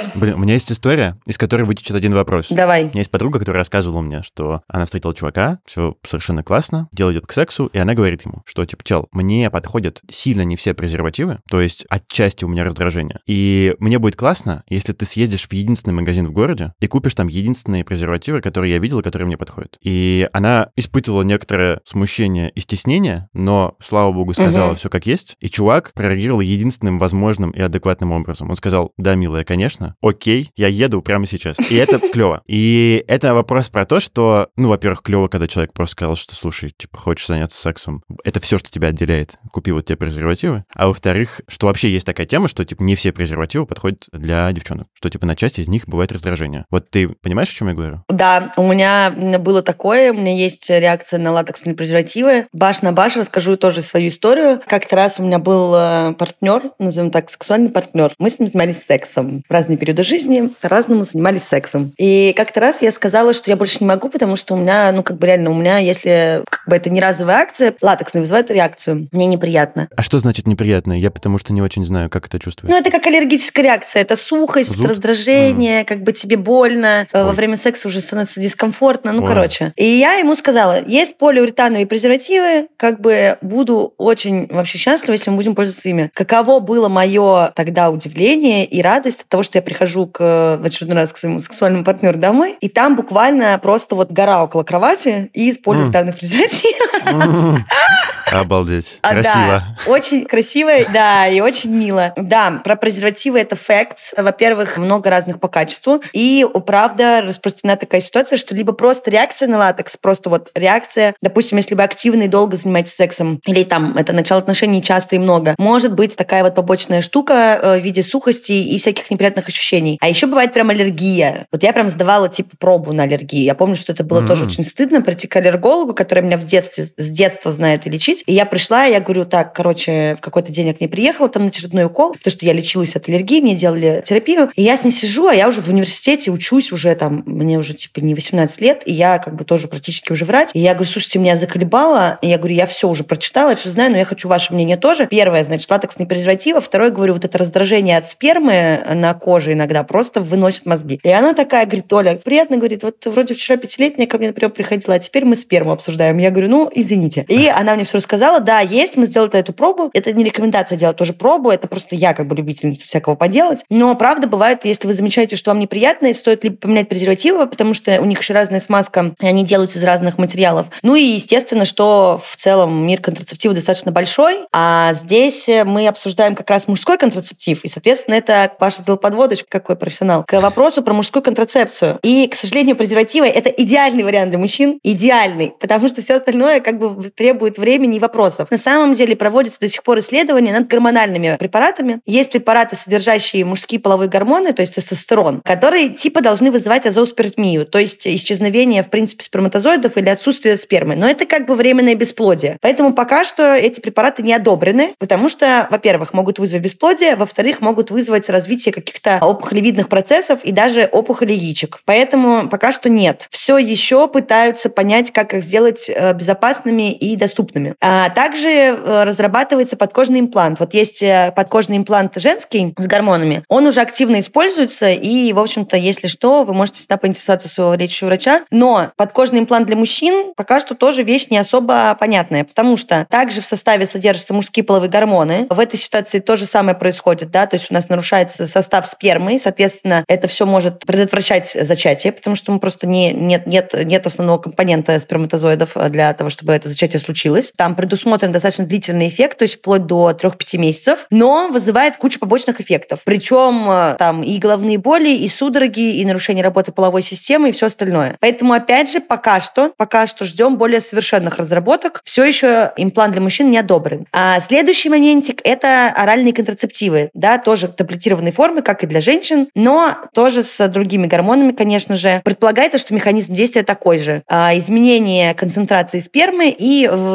Блин, у меня есть история, из которой вытечет один вопрос. Давай. У меня есть подруга, которая рассказывала мне, что она встретила чувака, все совершенно классно, дело идет к сексу, и она говорит ему, что, типа, чел, мне подходят сильно не все презервативы, то есть отчасти у меня раздражение, и мне будет классно, если ты съездишь в единственный магазин в городе и купишь там единственные презервативы, которые я видел, которые мне подходят. И она испытывала некоторое смущение и стеснение, но, слава богу, сказала угу. все как есть, и чувак прореагировал единственным возможным и адекватным образом. Он сказал: да, милая, конечно, окей, я еду прямо сейчас. И это клево. И это вопрос про то, что, ну, во-первых, клево, когда человек просто сказал, что, слушай, типа, хочешь заняться сексом, это все, что тебя отделяет, купи вот те презервативы. А во-вторых, что вообще есть такая тема, что, типа, не все презервативы подходят для девчонок, что, типа, на части из них бывает раздражение. Вот ты понимаешь, о чем я говорю? Да, у меня было такое, у меня есть реакция на латексные презервативы. Баш на баш расскажу тоже свою историю. Как-то раз у меня был партнер, назовем так, сексуальный партнер. Мы с ним занимались сексом. В разные периоды жизни по-разному занимались сексом. И как-то раз я сказала, что я больше не могу, потому что у меня, ну, как бы реально, у меня, если как бы это не разовая акция, латексная вызывает реакцию. Мне неприятно. А что значит неприятно? Я потому что не очень знаю, как это чувствуется. Ну, это как аллергическая реакция. Это сухость, Зуд? раздражение, mm. как бы тебе больно. Ой. Во время секса уже становится дискомфортно. Ну, Ой. короче. И я ему сказала, есть полиуретановые презервативы, как бы буду очень вообще счастлива, если мы будем пользоваться ими. Каково было мое тогда удивление и радость от того, что я прихожу к, в очередной раз к своему сексуальному партнеру домой, и там буквально просто вот гора около кровати из полиуретановых mm. презервативов. Mm. Обалдеть. А, красиво. Да, очень красиво, да, и очень мило. Да, про презервативы это facts. Во-первых, много разных по качеству. И, правда, распространена такая ситуация, что либо просто реакция на латекс, просто вот реакция, допустим, если вы активно и долго занимаетесь сексом, или там это начало отношений часто и много, может быть такая вот побочная штука в виде сухости и всяких неприятных ощущений. А еще бывает прям аллергия. Вот я прям сдавала типа пробу на аллергию. Я помню, что это было mm-hmm. тоже очень стыдно прийти к аллергологу, который меня в детстве, с детства знает и лечить. И я пришла, и я говорю, так, короче, в какой-то день я к ней приехала, там на очередной укол, потому что я лечилась от аллергии, мне делали терапию. И я с ней сижу, а я уже в университете учусь, уже там, мне уже типа не восемнадцать лет, и я как бы тоже практически уже врач. И я говорю, слушайте, меня заколебало. И я говорю, я все уже прочитала, я все знаю, но я хочу ваше мнение тоже. Первое, значит, латексные презервативы. Второе, говорю, вот это раздражение от спермы на коже иногда просто выносит мозги. И она такая говорит, Оля, приятно, говорит, вот вроде вчера пятилетняя ко мне, например, приходила, а теперь мы сперму обсуждаем. Я говорю, ну, извините. И она мне все рассказала, да, есть, мы сделали эту пробу. Это не рекомендация делать тоже пробу, это просто я как бы любительница всякого поделать. Но правда бывает, если вы замечаете, что вам неприятно, стоит либо поменять презервативы, потому что у них еще разная смазка, и они делаются из разных материалов. Ну и естественно, что в целом мир контрацептива достаточно большой, а здесь мы обсуждаем как раз мужской контрацептив, и, соответственно, это Паша сделал подводочку, какой профессионал, к вопросу про мужскую контрацепцию. И, к сожалению, презервативы — это идеальный вариант для мужчин, идеальный, потому что все остальное как бы требует времени и вопросов. На самом деле проводятся до сих пор исследования над гормональными препаратами. Есть препараты, содержащие мужские половые гормоны, то есть тестостерон, которые типа должны вызывать азооспермию, то есть исчезновение, в принципе, сперматозоидов или отсутствие спермы. Но это как бы временное бесплодие. Поэтому пока что эти препараты не одобрены, потому что, во-первых, могут вызвать бесплодие, во-вторых, могут вызвать развитие каких-то опухолевидных процессов и даже опухоли яичек. Поэтому пока что нет. Все еще пытаются понять, как их сделать безопасными и доступными. А также разрабатывается подкожный имплант. Вот есть подкожный имплант женский с гормонами. Он уже активно используется, и, в общем-то, если что, вы можете всегда поинтересоваться у своего лечащего врача. Но подкожный имплант для мужчин пока что тоже вещь не особо понятная, потому что также в составе содержатся мужские половые гормоны. В этой ситуации то же самое происходит, да, то есть у нас нарушается состав спермы, и, соответственно, это все может предотвращать зачатие, потому что мы просто не, нет, нет, нет основного компонента сперматозоидов для того, чтобы это зачатие случилось. Там предусмотрен достаточно длительный эффект, то есть вплоть до трех-пяти месяцев, но вызывает кучу побочных эффектов. Причем там и головные боли, и судороги, и нарушение работы половой системы, и все остальное. Поэтому, опять же, пока что, пока что ждем более совершенных разработок. Все еще имплант для мужчин не одобрен. А следующий моментик — это оральные контрацептивы. Да, тоже таблетированной формы, как и для женщин, но тоже с другими гормонами, конечно же. Предполагается, что механизм действия такой же. А, изменение концентрации спермы и время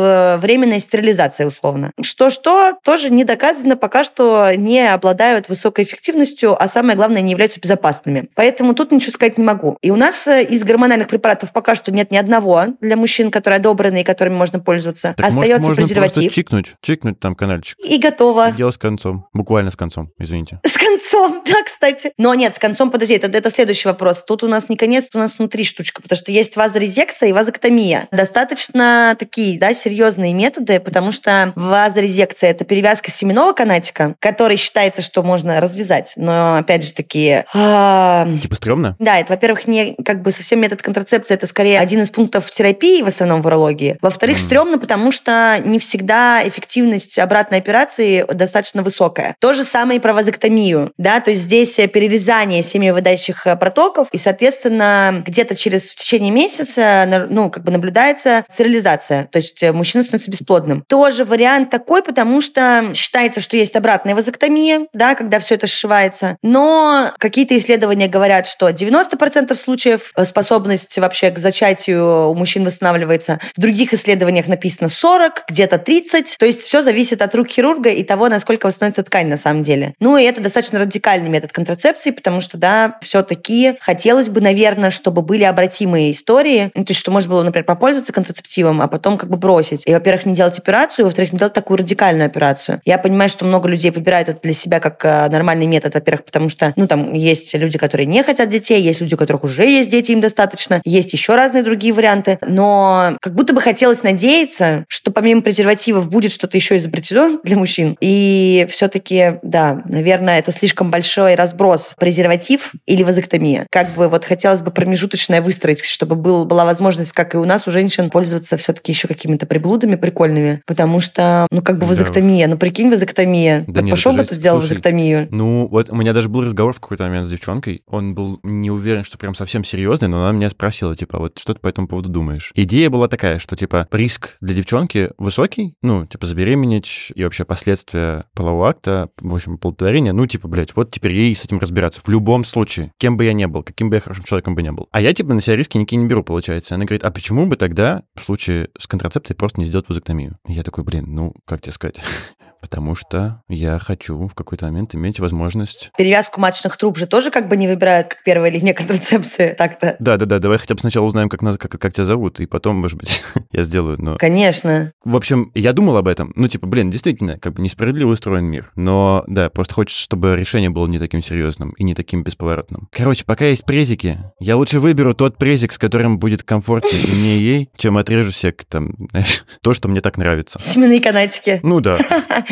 временная стерилизация, условно. Что-что тоже не доказано пока что не обладают высокой эффективностью, а самое главное, не являются безопасными. Поэтому тут ничего сказать не могу. И у нас из гормональных препаратов пока что нет ни одного для мужчин, которые одобрены и которыми можно пользоваться. Так Остается может, можно презерватив. Просто чикнуть, чикнуть там канальчик. И готово. Дело с концом. Буквально с концом, извините. С концом, да, кстати. Но нет, с концом, подожди, это, это следующий вопрос. Тут у нас не конец, тут у нас внутри штучка, потому что есть вазорезекция и вазоктомия. Достаточно такие, да, серьезные методы, потому что вазорезекция – это перевязка семенного канатика, который считается, что можно развязать. Но, опять же, такие... А... Типа стрёмно? Да, это, во-первых, не как бы совсем метод контрацепции, это скорее один из пунктов терапии, в основном в урологии. Во-вторых, mm. стрёмно, потому что не всегда эффективность обратной операции достаточно высокая. То же самое и про вазоктомию, да, то есть здесь перерезание семявыводящих протоков, и, соответственно, где-то через в течение месяца, ну, как бы наблюдается стерилизация, то есть мужчина становится бесплодным. Тоже вариант такой, потому что считается, что есть обратная вазоктомия, да, когда все это сшивается, но какие-то исследования говорят, что девяносто процентов случаев способность вообще к зачатию у мужчин восстанавливается. В других исследованиях написано сорок, где-то тридцать, то есть все зависит от рук хирурга и того, насколько восстановится ткань на самом деле. Ну и это достаточно радикальный метод контрацепции, потому что, да, все-таки хотелось бы, наверное, чтобы были обратимые истории, ну, то есть что можно было, например, попользоваться контрацептивом, а потом как бы бросить. И, во-первых, не делать операцию, во-вторых, не делать такую радикальную операцию. Я понимаю, что много людей выбирают это для себя как нормальный метод, во-первых, потому что, ну, там есть люди, которые не хотят детей, есть люди, у которых уже есть дети, им достаточно, есть еще разные другие варианты, но как будто бы хотелось надеяться, что помимо презервативов будет что-то еще изобретено для мужчин. И все-таки, да, наверное, это слишком большой разброс. Презерватив или вазоктомия. Как бы вот хотелось бы промежуточное выстроить, чтобы был, была возможность, как и у нас, у женщин, пользоваться все-таки еще какими-то приблудами прикольными, потому что, ну, как бы вазоктомия, да, ну, прикинь, вазоктомия. Да нет, пошел бы ты сделал Слушай, вазоктомию. Ну, вот у меня даже был разговор в какой-то момент с девчонкой, он был не уверен, что прям совсем серьезный, но она меня спросила, типа, вот что ты по этому поводу думаешь? Идея была такая, что, типа, риск для девчонки высокий, ну, типа, забеременеть и вообще последствия полового акта, в общем, оплодотворения, ну, типа, блядь, вот теперь ей с этим разбираться. В любом случае, кем бы я ни был, каким бы я хорошим человеком бы ни был. А я, типа, на себя риски никакие не беру, получается. Она говорит, а почему бы тогда в случае с контрацепцией просто не сделать вазоктомию? И я такой, блин, ну, как тебе сказать... Потому что я хочу в какой-то момент иметь возможность... Перевязку маточных труб же тоже как бы не выбирают как первая линия контрацепции, так-то. Да-да-да, давай хотя бы сначала узнаем, как, как, как тебя зовут, и потом, может быть, я сделаю. Но... Конечно. В общем, я думал об этом. Ну, типа, блин, действительно, как бы несправедливо устроен мир. Но, да, просто хочется, чтобы решение было не таким серьезным и не таким бесповоротным. Короче, пока есть презики, я лучше выберу тот презик, с которым будет комфортнее и мне, и ей, чем отрежу себе, там, знаешь, то, что мне так нравится. Семенные канатики. Ну да.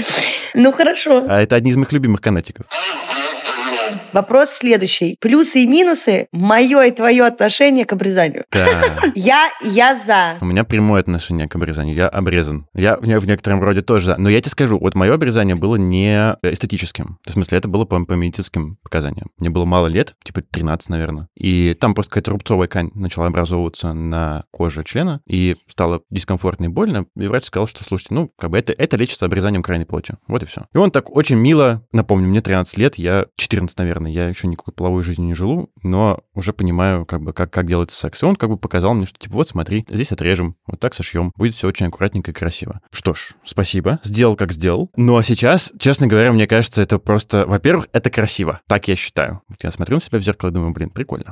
Ну, хорошо. А это одни из моих любимых канатиков. Вопрос следующий. Плюсы и минусы мое и твое отношение к обрезанию. Да. Я, я за. У меня прямое отношение к обрезанию. Я обрезан. Я, я в некотором роде тоже за. Но я тебе скажу, вот мое обрезание было не эстетическим. В смысле, это было по, по медицинским показаниям. Мне было мало лет, типа тринадцать, наверное. И там просто какая-то рубцовая ткань начала образовываться на коже члена, и стало дискомфортно и больно. И врач сказал, что, слушайте, ну, как бы это, это лечится обрезанием крайней плоти. Вот и все. И он так очень мило, напомню, мне тринадцать лет, я четырнадцать, наверное, я еще никакой половой жизнью не живу, но уже понимаю, как бы, как, как делается секс. И он как бы показал мне, что, типа, вот смотри, здесь отрежем, вот так сошьем, будет все очень аккуратненько и красиво. Что ж, спасибо, сделал как сделал. Ну, а сейчас, честно говоря, мне кажется, это просто, во-первых, это красиво, так я считаю. Я смотрю на себя в зеркало и думаю, блин, прикольно.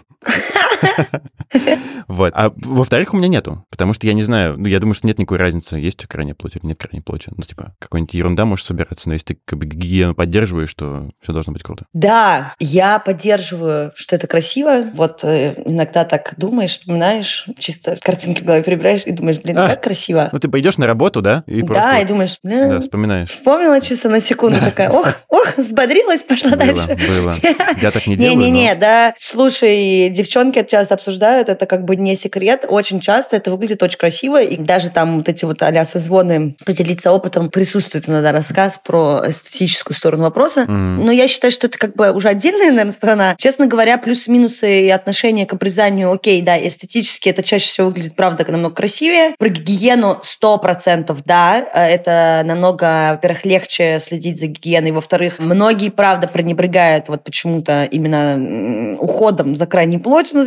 Вот. А во-вторых, у меня нету, потому что я не знаю, ну, я думаю, что нет никакой разницы, есть у тебя крайняя плоть или нет крайней плоти. Ну, типа, какой-нибудь ерунда может собираться, но если ты как бы гигиену поддерживаешь, то все должно быть круто. Да, я поддерживаю, что это красиво. Вот э, иногда так думаешь, вспоминаешь, чисто картинки в голове перебираешь и думаешь, блин, а, как красиво. Ну, ты пойдешь на работу, да? И да, просто... и думаешь, блин, да, вспоминаешь. Вспомнила чисто на секунду такая, ох, ох, взбодрилась, пошла было, дальше. Было, я так не делаю, Не-не-не, да, слушай, девчонки это часто обсуждают, это как бы не секрет, очень часто это выглядит очень красиво, и даже там вот эти вот а-ля созвоны, поделиться опытом, присутствует иногда рассказ про эстетическую сторону вопроса, mm-hmm. но я считаю, что это как бы уже отдельная, наверное, сторона. Честно говоря, плюсы-минусы и отношение к обрезанию, окей, да, эстетически это чаще всего выглядит, правда, намного красивее. Про гигиену сто процентов, да, это намного, во-первых, легче следить за гигиеной, во-вторых, многие, правда, пренебрегают вот почему-то именно уходом за крайней плотью, назовем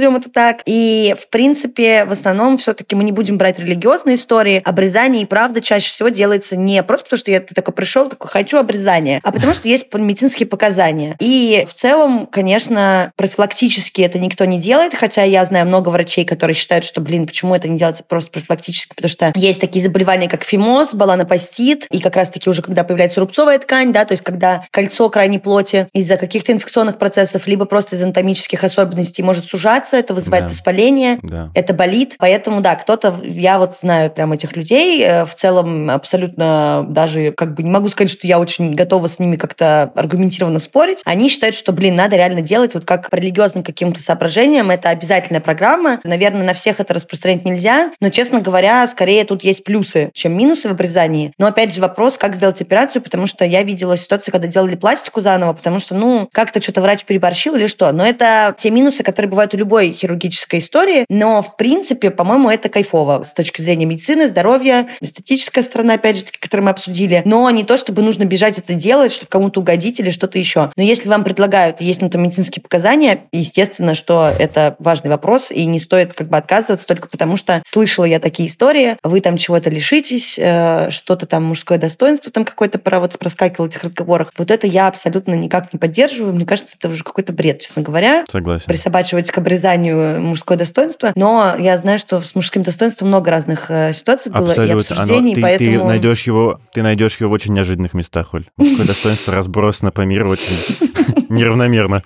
назовем это так. И, в принципе, в основном все-таки мы не будем брать религиозные истории. Обрезание и правда чаще всего делается не просто потому, что я ты такой пришел, такой, хочу обрезание, а потому что есть медицинские показания. И в целом, конечно, профилактически это никто не делает, хотя я знаю много врачей, которые считают, что, блин, почему это не делается просто профилактически, потому что есть такие заболевания, как фимоз, баланопастит, и как раз-таки уже когда появляется рубцовая ткань, да, то есть когда кольцо крайней плоти из-за каких-то инфекционных процессов, либо просто из анатомических особенностей может сужаться, это вызывает да. воспаление, да. это болит. Поэтому, да, кто-то, я вот знаю прям этих людей, в целом абсолютно даже, как бы не могу сказать, что я очень готова с ними как-то аргументированно спорить. Они считают, что, блин, надо реально делать вот как по религиозным каким-то соображениям. Это обязательная программа. Наверное, на всех это распространять нельзя, но, честно говоря, скорее тут есть плюсы, чем минусы в обрезании. Но, опять же, вопрос, как сделать операцию, потому что я видела ситуацию, когда делали пластику заново, потому что, ну, как-то что-то врач переборщил или что. Но это те минусы, которые бывают у любой хирургической истории. Но, в принципе, по-моему, это кайфово с точки зрения медицины, здоровья, эстетическая сторона, опять же, которую мы обсудили. Но не то, чтобы нужно бежать это делать, чтобы кому-то угодить или что-то еще. Но если вам предлагают, есть на то медицинские показания, естественно, что это важный вопрос, и не стоит как бы отказываться только потому, что слышала я такие истории, вы там чего-то лишитесь, э, что-то там мужское достоинство там какое-то про вот проскакивало в этих разговорах. Вот это я абсолютно никак не поддерживаю. Мне кажется, это уже какой-то бред, честно говоря. Согласен. Присобачивать к обрезанию мужское достоинство. Но я знаю, что с мужским достоинством много разных э, ситуаций было абсолютно. и обсуждений, Оно, ты, поэтому... Ты найдешь его, ты найдешь его в очень неожиданных местах, Оль. Мужское достоинство разбросано по миру очень неравномерно.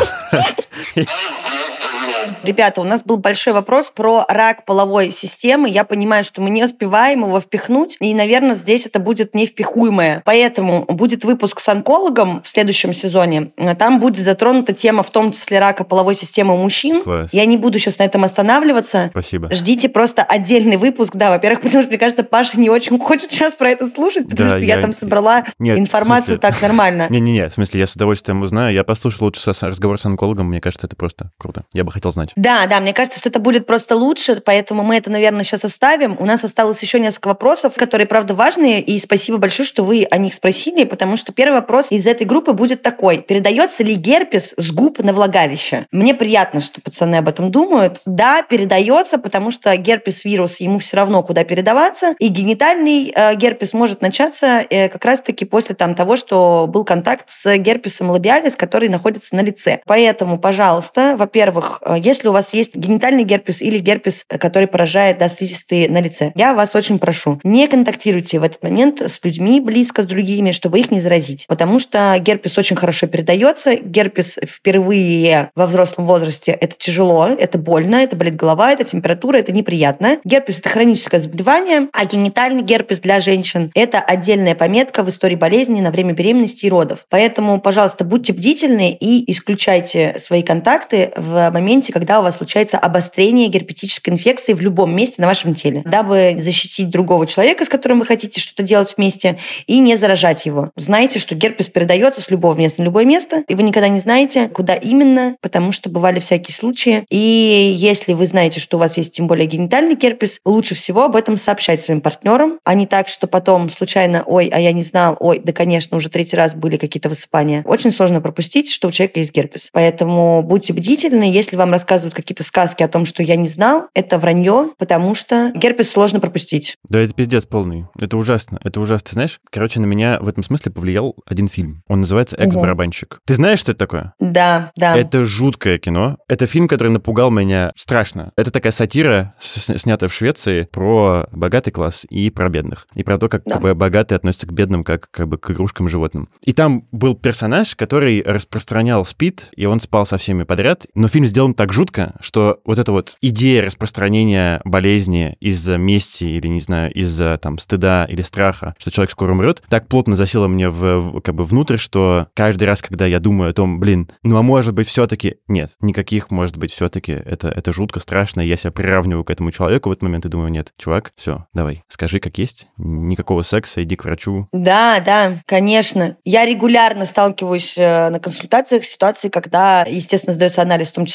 Ребята, у нас был большой вопрос про рак половой системы. Я понимаю, что мы не успеваем его впихнуть, и, наверное, здесь это будет невпихуемое. Поэтому будет выпуск с онкологом в следующем сезоне. Там будет затронута тема, в том числе рака половой системы у мужчин. Класс. Я не буду сейчас на этом останавливаться. Спасибо. Ждите просто отдельный выпуск. Да, во-первых, потому что, мне кажется, Паша не очень хочет сейчас про это слушать, потому да, что я... я там собрала Нет, информацию так нормально. Не-не-не, в смысле, я с удовольствием узнаю. Я послушал лучше разговор с онкологом. Мне кажется, это просто круто. Я бы хотел знать. Да, да, мне кажется, что это будет просто лучше, поэтому мы это, наверное, сейчас оставим. У нас осталось еще несколько вопросов, которые, правда, важные, и спасибо большое, что вы о них спросили, потому что первый вопрос из этой группы будет такой. Передается ли герпес с губ на влагалище? Мне приятно, что пацаны об этом думают. Да, передается, потому что герпес-вирус, ему все равно куда передаваться, и генитальный э, герпес может начаться э, как раз-таки после там, того, что был контакт с герпесом лабиалис, который находится на лице. Поэтому, пожалуйста, во-первых, э, если у вас есть генитальный герпес или герпес, который поражает да, слизистые на лице. Я вас очень прошу, не контактируйте в этот момент с людьми близко, с другими, чтобы их не заразить. Потому что герпес очень хорошо передается. Герпес впервые во взрослом возрасте – это тяжело, это больно, это болит голова, это температура, это неприятно. Герпес – это хроническое заболевание, а генитальный герпес для женщин – это отдельная пометка в истории болезни на время беременности и родов. Поэтому, пожалуйста, будьте бдительны и исключайте свои контакты в моменте, когда у вас случается обострение герпетической инфекции в любом месте на вашем теле, дабы защитить другого человека, с которым вы хотите что-то делать вместе, и не заражать его. Знайте, что герпес передается с любого места на любое место, и вы никогда не знаете, куда именно, потому что бывали всякие случаи. И если вы знаете, что у вас есть тем более генитальный герпес, лучше всего об этом сообщать своим партнерам, а не так, что потом случайно, ой, а я не знал, ой, да, конечно, уже третий раз были какие-то высыпания. Очень сложно пропустить, что у человека есть герпес. Поэтому будьте бдительны, если вам рассказывают какие-то сказки о том, что я не знал, это вранье, потому что герпес сложно пропустить. Да, это пиздец полный. Это ужасно. Это ужасно. Ты знаешь, короче, на меня в этом смысле повлиял один фильм. Он называется «Экс-барабанщик». Угу. Ты знаешь, что это такое? Да, да. Это жуткое кино. Это фильм, который напугал меня страшно. Это такая сатира, снятая в Швеции, про богатый класс и про бедных. И про то, как, да. как бы, богатые относятся к бедным, как, как бы к игрушкам животным. И там был персонаж, который распространял СПИД, и он спал со всеми подряд. Но фильм сделан так жутко, что вот эта вот идея распространения болезни из-за мести или, не знаю, из-за там стыда или страха, что человек скоро умрет, так плотно засела мне в, в, как бы внутрь, что каждый раз, когда я думаю о том, блин, ну а может быть все-таки... Нет, никаких может быть все-таки. Это, это жутко, страшно. Я себя приравниваю к этому человеку в этот момент и думаю, нет, чувак, все, давай, скажи, как есть. Никакого секса, иди к врачу. Да, да, конечно. Я регулярно сталкиваюсь на консультациях с ситуацией, когда, естественно, сдается анализ, в том числе, ну, герпес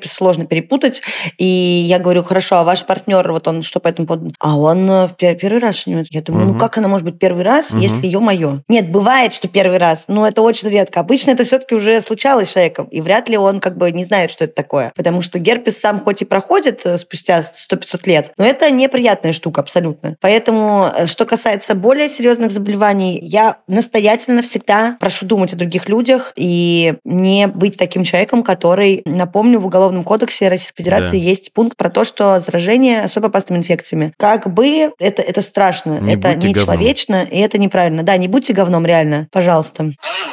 сложно перепутать. И я говорю, хорошо, а ваш партнер, вот он что по этому поводу? А он э, пер- первый раз у него. Я думаю, Мгм. ну как она может быть первый раз, Мгм. если ее мое? Нет, бывает, что первый раз, но это очень редко. Обычно это все-таки уже случалось с человеком, и вряд ли он как бы не знает, что это такое. Потому что герпес сам хоть и проходит э, спустя сто-пятьсот лет, но это неприятная штука абсолютно. Поэтому, э, что касается более серьезных заболеваний, я настоятельно всегда прошу думать о других людях и не быть таким человеком, который, напомню, в Уголовном кодексе Российской Федерации Да. есть пункт про то, что заражение особо опасными инфекциями. Как бы это, это страшно, Не это будьте говном. нечеловечно, и это неправильно. Да, не будьте говном, реально, пожалуйста.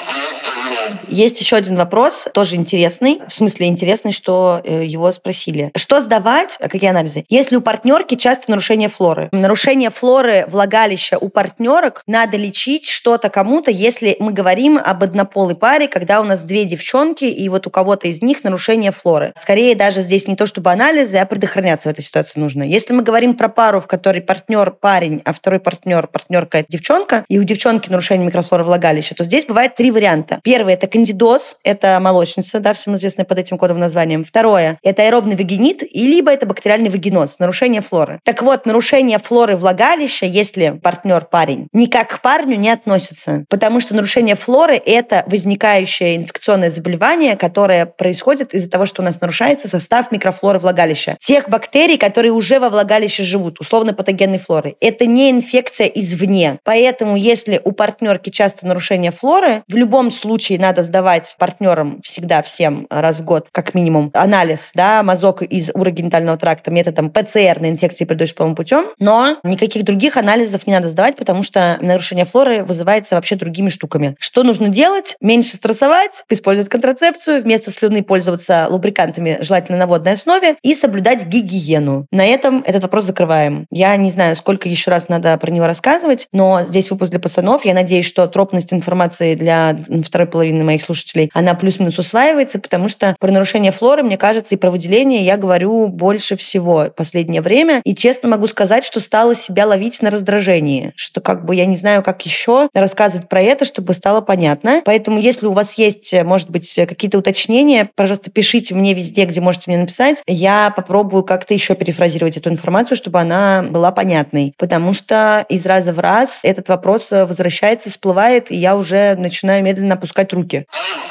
Есть еще один вопрос, тоже интересный. В смысле интересный, что э, его спросили. Что сдавать? А Какие анализы? Если у партнерки часто нарушение флоры. Нарушение флоры влагалища у партнерок надо лечить что-то кому-то, если мы говорим об однополой паре, когда у нас две девчонки, и вот у кого-то из них нарушение флоры. Скорее даже здесь не то чтобы анализы, а предохраняться в этой ситуации нужно. Если мы говорим про пару, в которой партнер парень, а второй партнер, партнерка это девчонка, и у девчонки нарушение микрофлоры влагалища, то здесь бывает три варианта. Первый – это кандидоз, это молочница, да, всем известная под этим кодовым названием. Второе – это аэробный вагинит, и либо это бактериальный вагиноз, нарушение флоры. Так вот, нарушение флоры влагалища, если партнер парень, никак к парню не относится, потому что нарушение флоры – это возникающее инфекционное заболевание, которое происходит из-за того, что у нас нарушается состав микрофлоры влагалища. Тех бактерий, которые уже во влагалище живут, условно патогенной флоры. Это не инфекция извне. Поэтому, если у партнерки часто нарушение флоры, в любом случае надо сдавать партнерам всегда всем раз в год, как минимум, анализ, да, мазок из урогенитального тракта методом ПЦР на инфекции, передающимся половым путем, но никаких других анализов не надо сдавать, потому что нарушение флоры вызывается вообще другими штуками. Что нужно делать? Меньше стрессовать, использовать контрацепцию, вместо слюны пользоваться лубрикантами, желательно на водной основе, и соблюдать гигиену. На этом этот вопрос закрываем. Я не знаю, сколько еще раз надо про него рассказывать, но здесь выпуск для пацанов. Я надеюсь, что тропность информации для второй половины моих слушателей, она плюс-минус усваивается, потому что про нарушение флоры, мне кажется, и про выделение я говорю больше всего в последнее время. И честно могу сказать, что стала себя ловить на раздражении, что как бы я не знаю, как еще рассказывать про это, чтобы стало понятно. Поэтому, если у вас есть, может быть, какие-то уточнения, пожалуйста, пишите мне везде, где можете мне написать. Я попробую как-то еще перефразировать эту информацию, чтобы она была понятной. Потому что из раза в раз этот вопрос возвращается, всплывает, и я уже начинаю медленно опускать руки.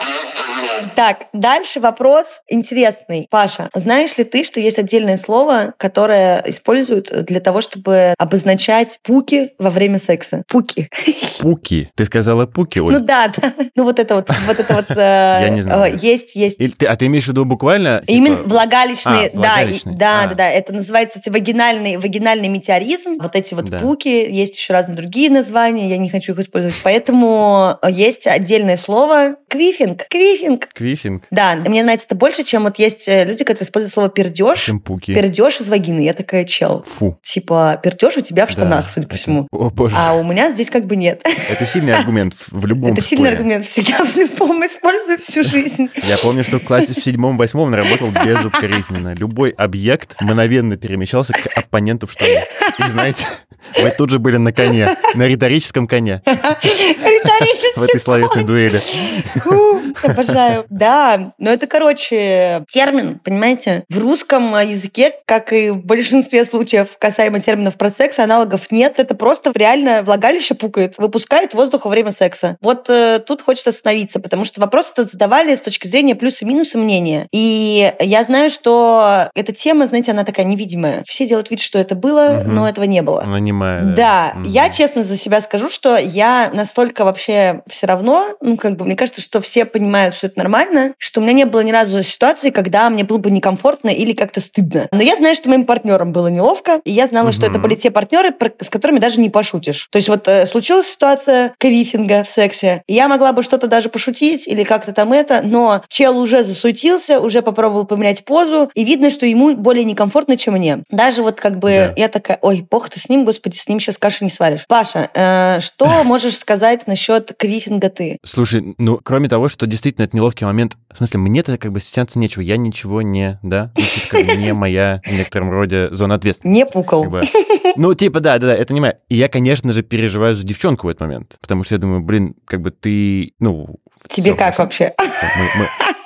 Так, дальше вопрос интересный. Паша, знаешь ли ты, что есть отдельное слово, которое используют для того, чтобы обозначать пуки во время секса? Пуки. Пуки. Ты сказала пуки, Оль? Ну да, да. Ну вот это вот, вот это вот. Я не знаю. Есть, есть. Или ты- А ты имеешь в виду буквально? Именно типа- влагалищный, А, да, и- влагалищный. да, А. да, да. Это называется кстати, вагинальный, вагинальный метеоризм. Вот эти вот Да. пуки, есть еще разные другие названия, я не хочу их использовать. Поэтому есть отдельное слово квифинг. Квифинг. Квифинг. Да, мне нравится это больше, чем вот есть люди, которые используют слово пердеж. Чем пуки. Пердеж из вагины. Я такая, чел. Фу. Типа, пердеж у тебя в Да, штанах, судя по это- всему. О, боже. А у меня здесь как бы нет. Это сильный аргумент в в любом Это сильный споре. аргумент. Всегда в любом использую всю жизнь. Я помню, что в классе в седьмом-восьмом работал безукоризненно. Любой объект мгновенно перемещался к оппоненту в штаны. И знаете, мы тут же были на коне, на риторическом коне Риторически. в этой словесной дуэли. Фу, обожаю. Да, но это, короче, термин, понимаете? В русском языке, как и в большинстве случаев касаемо терминов про секс, аналогов нет. Это просто реально влагалище пукает, выпускает воздух во время секса. Вот э, тут хочется остановиться, потому что вопрос этот задавали с точки зрения плюс и минуса мнения. И я знаю, что эта тема, знаете, она такая невидимая. Все делают вид, что это было, Мгм. но этого не было. Нанимая. Да, Мгм. я честно за себя скажу, что я настолько вообще все равно, ну, как бы, мне кажется, что все понимают, что это нормально, что у меня не было ни разу ситуации, когда мне было бы некомфортно или как-то стыдно. Но я знаю, что моим партнерам было неловко, и я знала, что это Мгм. были те партнеры, про- с которыми даже не пошутишь. То есть вот э, случилась ситуация квифинга в сексе, и я могла бы что-то даже пошутить или как-то там это, но чел уже засуетился, уже попробовал поменять позу, и видно, что ему более некомфортно, чем мне. Даже вот как бы Да. я такая, ой, бог ты с ним, господи, с ним сейчас каши не сваришь. Паша, э, что можешь сказать насчет квифинга ты? Слушай, ну, кроме того, что действительно это неловкий момент, в смысле, мне-то как бы стесняться нечего, я ничего не, да, ну, это как бы не моя в некотором роде зона ответственности. Не пукал. Как бы. Ну, типа, да, да, да, это не моя. И я, конечно же, переживаю за девчонку в этот момент, потому что я думаю, блин, как бы ты, ну... Тебе всё как хорошо. вообще? Мы- мы-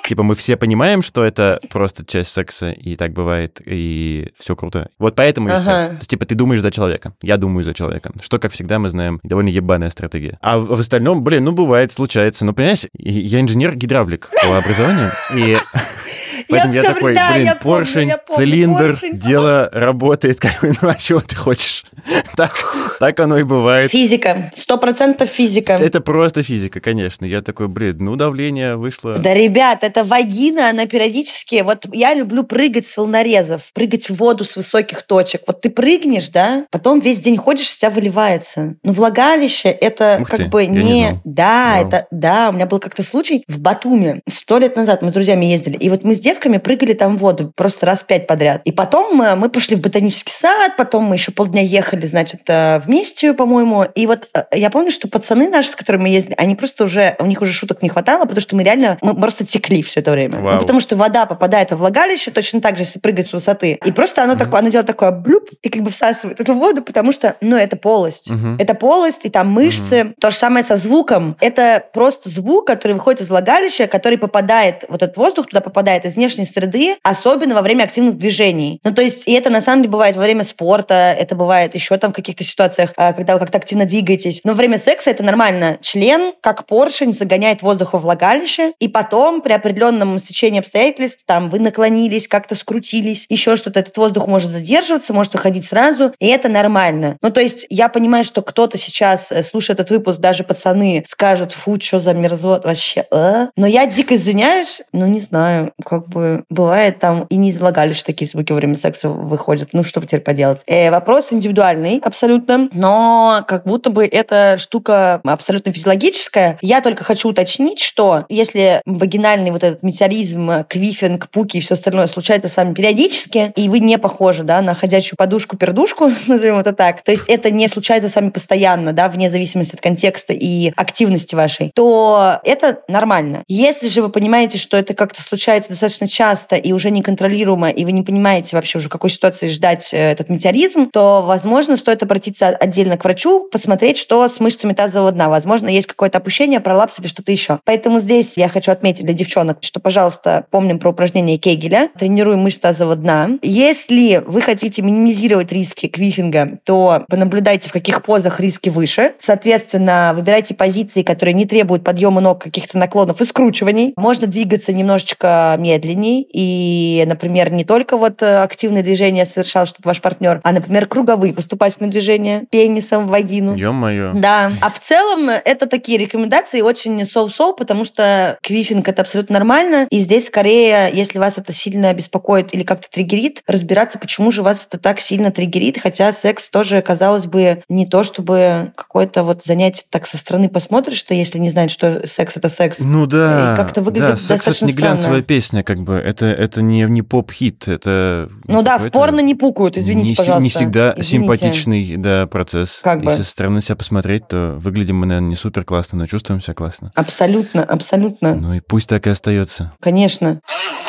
Типа мы все понимаем, что это просто часть секса, и так бывает, и все круто. Вот поэтому есть Ага. секс. То есть, типа ты думаешь за человека, я думаю за человека. Что, как всегда, мы знаем, довольно ебаная стратегия. А в в остальном, блин, ну бывает, случается. Ну, понимаешь, я инженер-гидравлик по образованию, и... Поэтому я, всё такой, да, блин, я помню, поршень, я помню, цилиндр, поршень. дело работает, как бы, ну а чего ты хочешь? Так, так оно и бывает. Физика. Сто процентов физика. Это просто физика, конечно. Я такой, блин, ну давление вышло. Да, ребят, это вагина, она периодически... Вот я люблю прыгать с волнорезов, прыгать в воду с высоких точек. Вот ты прыгнешь, да, потом весь день ходишь, с тебя выливается. Но влагалище это Ух как ты, бы я не не... знал. Да, Вау. это... Да, у меня был как-то случай в Батуми. Сто лет назад мы с друзьями ездили. И вот мы с девками прыгали там в воду просто раз пять подряд. И потом э, мы пошли в ботанический сад, потом мы еще полдня ехали, значит, э, вместе, по-моему. И вот э, я помню, что пацаны наши, с которыми мы ездили, они просто уже... У них уже шуток не хватало, потому что мы реально... Мы просто текли все это время. Вау. Ну, потому что вода попадает во влагалище точно так же, если прыгать с высоты. И просто оно, mm-hmm. такое, оно делает такое блюп и как бы всасывает эту воду, потому что, ну, это полость. Mm-hmm. Это полость, и там мышцы. Mm-hmm. То же самое со звуком. Это просто звук, который выходит из влагалища, который попадает, вот этот воздух туда попадает из внешней среды, особенно во время активных движений. Ну, то есть, и это на самом деле бывает во время спорта, это бывает еще там в каких-то ситуациях, когда вы как-то активно двигаетесь. Но во время секса это нормально. Член, как поршень, загоняет воздух во влагалище, и потом при определенном стечении обстоятельств, там, вы наклонились, как-то скрутились, еще что-то, этот воздух может задерживаться, может выходить сразу, и это нормально. Ну, то есть, я понимаю, что кто-то сейчас, слушая этот выпуск, даже пацаны скажут, фу, что за мерзот вообще, а? Но я дико извиняюсь, ну, не знаю, как бы, бывает там и не влагалище такие звуки во время секса выходят, ну, что теперь поделать? Э, вопрос индивидуальный, абсолютно, но как будто бы эта штука абсолютно физиологическая. Я только хочу уточнить, что если вагинальный вот этот метеоризм, квифинг, пуки и все остальное случается с вами периодически, и вы не похожи, да, на ходячую подушку-пердушку, назовем это так, то есть это не случается с вами постоянно, да, вне зависимости от контекста и активности вашей, то это нормально. Если же вы понимаете, что это как-то случается достаточно часто и уже неконтролируемо, и вы не понимаете вообще уже, в какой ситуации ждать этот метеоризм, то, возможно, стоит обратиться отдельно к врачу, посмотреть, что с мышцами тазового дна. Возможно, есть какое-то опущение, пролапс или что-то еще. Поэтому здесь я хочу отметить для девчонок, что, пожалуйста, помним про упражнение Кегеля, тренируем мышцы тазового дна. Если вы хотите минимизировать риски квифинга, то понаблюдайте, в каких позах риски выше. Соответственно, выбирайте позиции, которые не требуют подъема ног, каких-то наклонов и скручиваний. Можно двигаться немножечко медленней и, например, не только вот активные движения совершал, чтобы ваш партнер, а, например, круговые поступательные движения пенисом в вагину. Ё-моё. Да. А в целом это такие рекомендации очень соу-соу, потому что квифинг — это абсолютно нормально. И здесь скорее, если вас это сильно беспокоит или как-то триггерит, разбираться, почему же вас это так сильно триггерит. Хотя секс тоже, казалось бы, не то чтобы какое-то вот занятие так со стороны посмотришь, что если не знать, что секс — это секс. Ну да. И как-то выглядит да, секс достаточно это не глянцевая странно. песня, как бы. Это, это не, не поп-хит, это... Ну да, в порно не пукают, извините, не, пожалуйста. Не всегда Извините. симпатичный, да, процесс. Как бы. Если со стороны себя посмотреть, то выглядим мы, наверное, не супер классно, но чувствуем себя классно. Абсолютно, абсолютно. Ну и пусть так и остается. Конечно.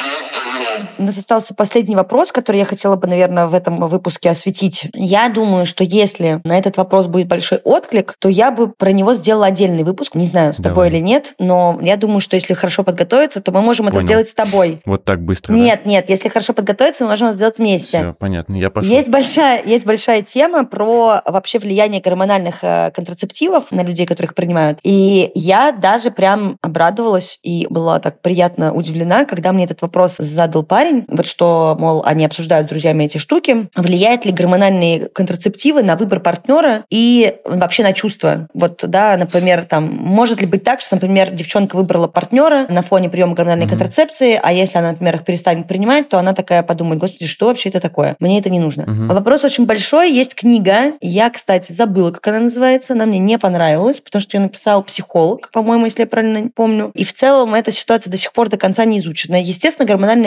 У нас остался последний вопрос, который я хотела бы, наверное, в этом выпуске осветить. Я думаю, что если на этот вопрос будет большой отклик, то я бы про него сделала отдельный выпуск. Не знаю, с тобой Давай. или нет, но я думаю, что если хорошо подготовиться, то мы можем Понял. это сделать с тобой. Вот так быстро, Нет, да? нет, если хорошо подготовиться, мы можем это сделать вместе. Все, понятно, я пошел. Есть большая, есть большая тема про вообще влияние гормональных э, контрацептивов на людей, которых принимают. И я даже прям обрадовалась и была так приятно удивлена, когда мне этот вопрос задал парень, вот что, мол, они обсуждают с друзьями эти штуки. Влияют ли гормональные контрацептивы на выбор партнера и вообще на чувства? Вот, да, например, там, может ли быть так, что, например, девчонка выбрала партнера на фоне приема гормональной mm-hmm. контрацепции, а если она, например, их перестанет принимать, то она такая подумает, господи, что вообще это такое? Мне это не нужно. Mm-hmm. Вопрос очень большой. Есть книга. Я, кстати, забыла, как она называется. Она мне не понравилась, потому что ее написал психолог, по-моему, если я правильно помню. И в целом эта ситуация до сих пор до конца не изучена. Естественно, гормональная контрацепция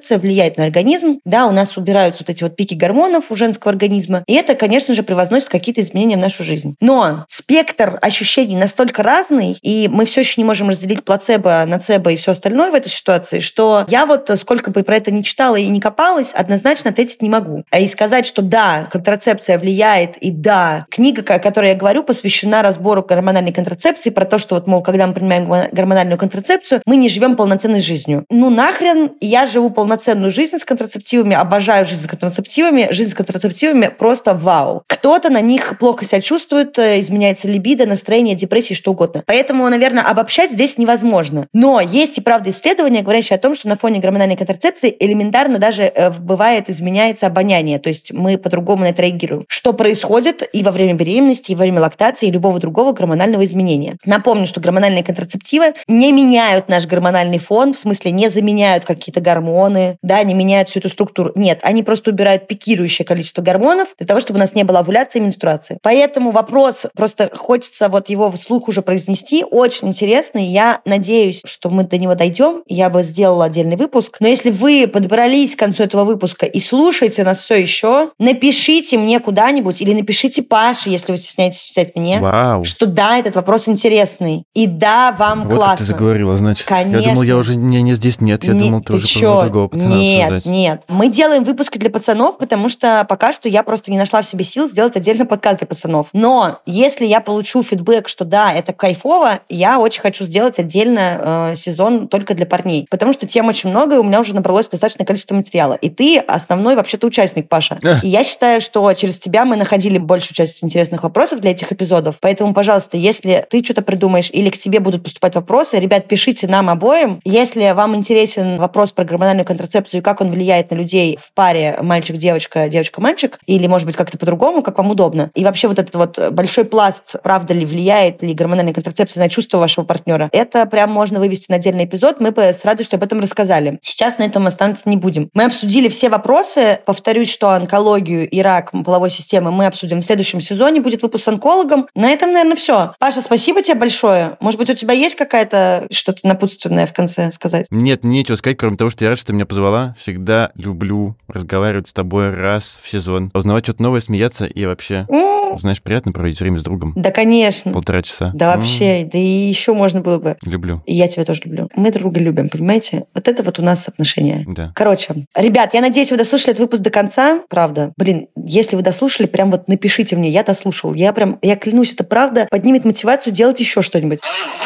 контрацепция влияет на организм. Да, у нас убираются вот эти вот пики гормонов у женского организма, и это, конечно же, привозносит какие-то изменения в нашу жизнь. Но спектр ощущений настолько разный, и мы все еще не можем разделить плацебо, ноцебо и все остальное в этой ситуации, что я вот, сколько бы про это не читала и не копалась, однозначно ответить не могу. И сказать, что да, контрацепция влияет, и да, книга, о которой я говорю, посвящена разбору гормональной контрацепции, про то, что вот, мол, когда мы принимаем гормональную контрацепцию, мы не живем полноценной жизнью. Ну нахрен, я живу полноценную жизнь с контрацептивами, обожаю жизнь с контрацептивами, жизнь с контрацептивами просто вау. Кто-то на них плохо себя чувствует, изменяется либидо, настроение, депрессия, что угодно. Поэтому, наверное, обобщать здесь невозможно. Но есть и правда исследования, говорящие о том, что на фоне гормональной контрацепции элементарно даже бывает изменяется обоняние, то есть мы по-другому на это реагируем. Что происходит и во время беременности, и во время лактации, и любого другого гормонального изменения. Напомню, что гормональные контрацептивы не меняют наш гормональный фон, в смысле не заменяют какие-то гормоны, да, не меняют всю эту структуру. Нет, они просто убирают пикирующее количество гормонов для того, чтобы у нас не было овуляции и менструации. Поэтому вопрос, просто хочется вот его вслух уже произнести, очень интересный. Я надеюсь, что мы до него дойдем. Я бы сделала отдельный выпуск. Но если вы подобрались к концу этого выпуска и слушаете нас все еще, напишите мне куда-нибудь или напишите Паше, если вы стесняетесь писать мне, Вау. что да, этот вопрос интересный. И да, вам вот классно. Вот ты заговорила, значит. Конечно. Я думал, я уже не, не здесь нет. Я не, думал, ты, ты уже чё? про другого пацана Нет, обсуждать. нет. Мы делаем выпуски для пацанов, потому что пока что я просто не нашла в себе сил сделать отдельно подкаст для пацанов. Но если я получу фидбэк, что да, это кайфово, я очень хочу сделать отдельно э, сезон только для парней. Потому что тем очень много, и у меня уже набралось достаточное количество материала. И ты основной вообще-то участник, Паша. Эх. И я считаю, что через тебя мы находили большую часть интересных вопросов для этих эпизодов. Поэтому, пожалуйста, если ты что-то придумаешь или к тебе будут поступать вопросы, ребят, пишите нам обоим. Если вам интересен вопрос про гормональную контрацепцию и как он влияет на людей в паре мальчик-девочка, девочка-мальчик, или, может быть, как-то по-другому, как вам удобно. И вообще вот этот вот большой пласт, правда ли влияет ли гормональная контрацепция на чувства вашего партнера, это прям можно вывести на отдельный эпизод. Мы бы с радостью об этом рассказали. Сейчас на этом останавливаться не будем. Мы обсудили все вопросы. Повторюсь, что онкологию и рак половой системы мы обсудим в следующем сезоне. Будет выпуск с онкологом. На этом, наверное, все. Паша, спасибо тебе большое. Может быть, у тебя есть какая-то что-то напутственное в конце сказать? Нет, нечего сказать, кроме того, что я рад, что ты меня позвала. Всегда люблю разговаривать с тобой раз в сезон. Узнавать что-то новое, смеяться и вообще, mm. знаешь, приятно проводить время с другом. Да, конечно. Полтора часа. Да, mm. вообще. Да и еще можно было бы. Люблю. И я тебя тоже люблю. Мы друг друга любим, понимаете? Вот это вот у нас отношения. Да. Короче, ребят, я надеюсь, вы дослушали этот выпуск до конца. Правда. Блин, если вы дослушали, прям вот напишите мне, я дослушал. Я прям, я клянусь, это правда поднимет мотивацию делать еще что-нибудь.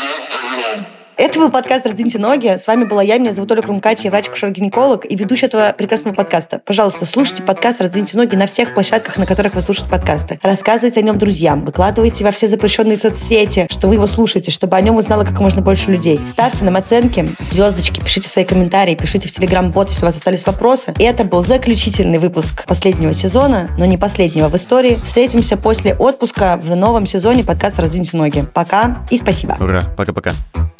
Это был подкаст «Раздвиньте ноги». С вами была я, меня зовут Оля Крумкач, я врач-акушер-гинеколог и ведущая этого прекрасного подкаста. Пожалуйста, слушайте подкаст «Раздвиньте ноги» на всех площадках, на которых вы слушаете подкасты. Рассказывайте о нем друзьям, выкладывайте во все запрещенные соцсети, что вы его слушаете, чтобы о нем узнало как можно больше людей. Ставьте нам оценки, звездочки, пишите свои комментарии, пишите в Телеграм-бот, если у вас остались вопросы. И это был заключительный выпуск последнего сезона, но не последнего в истории. Встретимся после отпуска в новом сезоне подкаста «Раздвиньте ноги». Пока и спасибо. Ура, пока-пока.